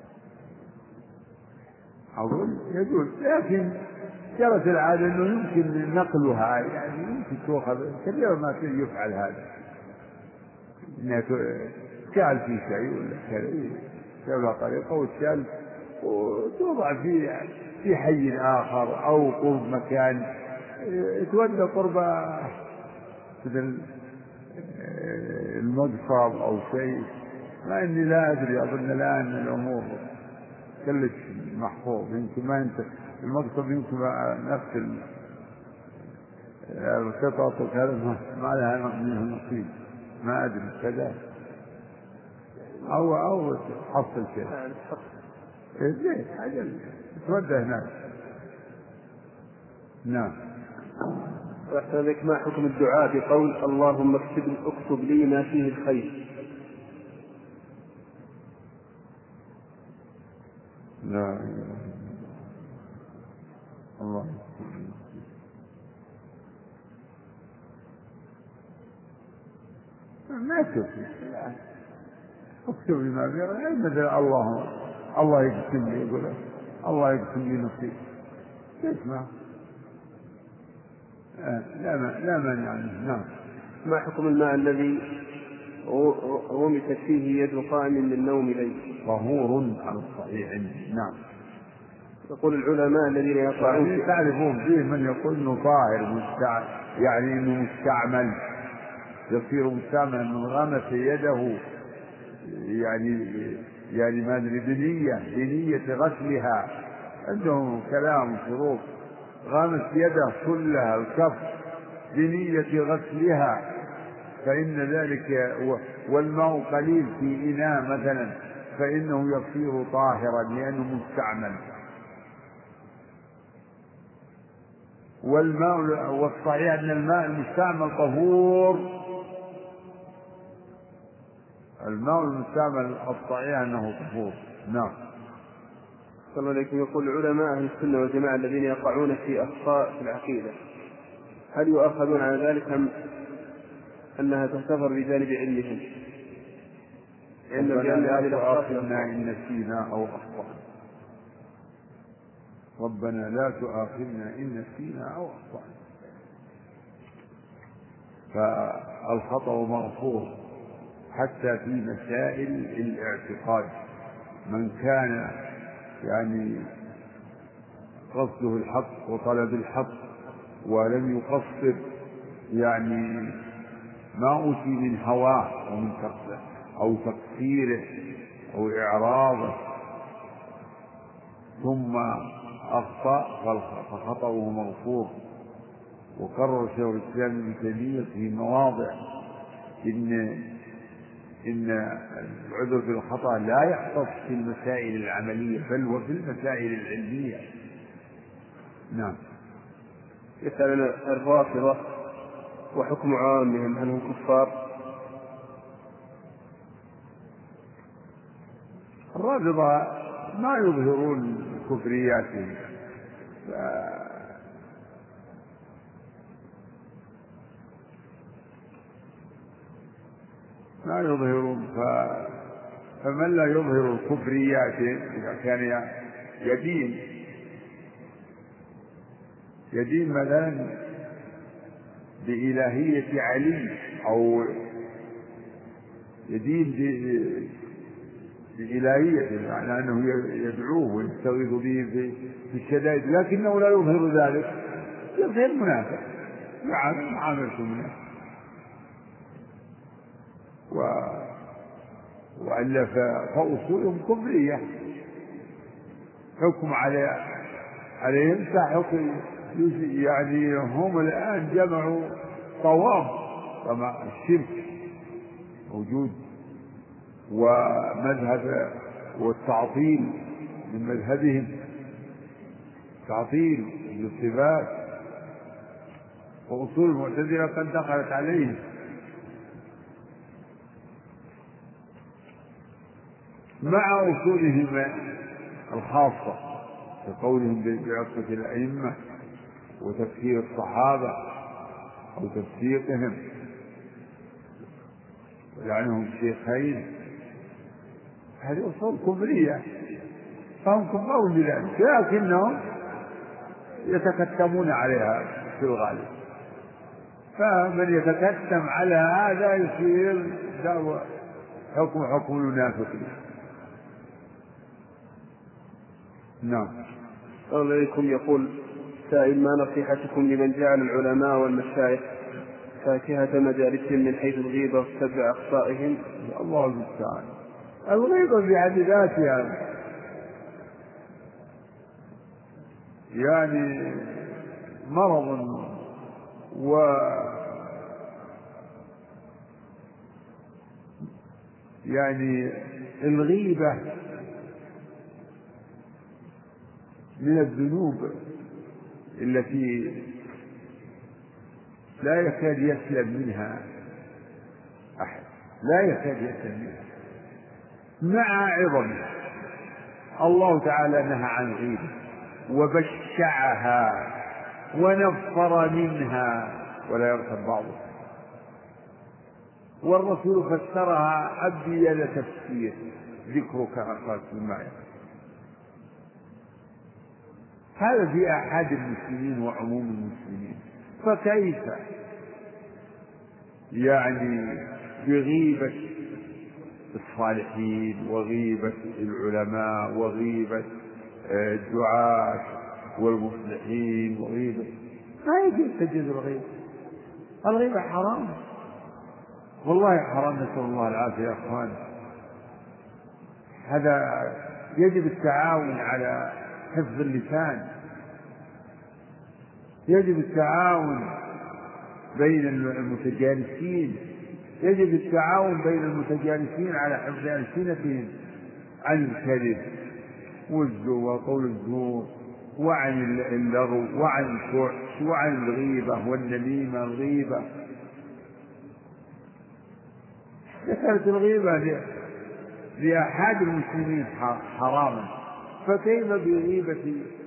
أقول يجوز، لكن جرت العادة أنه يمكن نقلها، يعني يمكن تؤخذ كثيرا ما يفعل هذا، إنها تشال في شيء ولا كذا طريقة وتشال وتوضع في حي آخر أو قرب مكان تودى قرب مثل المقصب أو شيء. ما إني لا أدري، أظن الآن الأمور كلش محفوظ، يمكن ما أنت المقصب يمكن نفس القطط وكذا ما لها منها نصيب، ما أدري كذا أو تحصل شيء زين حاجة تودى هناك. نعم. وأحسن لك، ما حكم الدعاء بقول اللهم اكتب لي ما فيه الخير؟ لا الله ما تكتب، اكتب لي ما فيه مثل الله يقسم لي، يقول الله يقسم لي نصيب، اسمع لا مانع منه. نعم. ما حكم الماء الذي غمست فيه يد قائم من نوم ليل؟ طهور على الصحيح. نعم. يقول العلماء الذين يقرؤون تعرفون فيه من يقول انه طاهر يعني انه مستعمل، يصير مستعملا من غمس يده، يعني ما ادري بنية غسلها، عندهم كلام شروط، غمس يده كلها الكف بنية غسلها، فإن ذلك والماء قليل في إناء مثلا فإنه يصير طاهرا لأنه مستعمل. والصحيح أن الماء المستعمل طهور، الماء المستعمل الصحيح أنه طهور. نعم. صلى الله عليه وسلم. يقول علماء أهل السنة والجماعة الذين يقعون في أخطاء في العقيدة هل يؤاخذون على ذلك أم أنها تعتبر بجانب علمهم؟ ربنا لا تؤاخذنا إن نسينا أو أخطأنا، ربنا لا تؤاخذنا إن نسينا أو أخطأنا. فالخطأ مغفور حتى في مسائل الاعتقاد. من كان يعني قصده الحق وطلب الحق ولم يقصد يعني ما أوتي من هواه ومن أو تقصيره أو إعراضه ثم أخطأ فخطأه مغفور. وقرر شيخ الإسلام ابن تيمية في مواضع إن إن العذر بالخطأ لا يختص في المسائل العملية بل وفي المسائل العلمية. نعم. يسأل الرافضة وحكم عامهم، هل هم كفار؟ الرافضة ما يظهرون كفرياتهم، ما يظهرون، فمن لا يظهر الكفريات إذا كان يدين مثلا بإلهية علي أو يدين بإلهية، معنى أنه يدعوه ويستغيث به في الشدائد، لكنه لا يظهر ذلك، يظهر منافق يعامل معاملة منافق. وإلا فأصولهم كفرية، حكم عليهم كحكم، يعني هم الآن جمعوا طوام، طبعا الشرك موجود ومذهب والتعطيل من مذهبهم، تعطيل للصفات، وأصول المعتزلة قد دخلت عليهم. مع أصولهم الخاصة كقولهم بعصمة الأئمة وتفسير الصحابة أو تفسيقهم ولعنهم الشيخين، هذه أصول كفرية، فهم كفار بذلك، لكنهم يتكتمون عليها في الغالب. فمن يتكتم على هذا يصير حكم المنافقين. نعم. عليكم. يقول سائل: ما نصيحتكم لمن جعل العلماء والمشايخ فاكهة مجالسهم من حيث الغيبة وتتبع أخطائهم؟ الله المستعان. الغيبة بحد ذاتها يعني مرض، يعني الغيبة من الذنوب التي لا يكاد يسلم منها أحد، لا يكاد يسلم منها مع عظمها. الله تعالى نهى عن غيبة وبشعها ونفر منها ولا يغتب بعضه، والرسول فسرها أبين تفسير ذكرك أخاك معي. هذا في أحد المسلمين وعموم المسلمين، فكيف يعني بغيبة الصالحين وغيبة العلماء وغيبة الدعاة والمصلحين وغيبة؟ ما يجوز تجوز الغيبة، الغيبة حرام، والله حرام، نسأل الله العافية يا أخوان. هذا يجب التعاون على حفظ اللسان، يجب التعاون بين المتجالسين، يجب التعاون بين المتجالسين على حفظ ألسنتهم عن الكذب وقول الزور وعن اللغو وعن الفحش وعن الغيبة والنميمة. الغيبة ذكرت الغيبة لأحد المسلمين حراما، فكيف بغيبة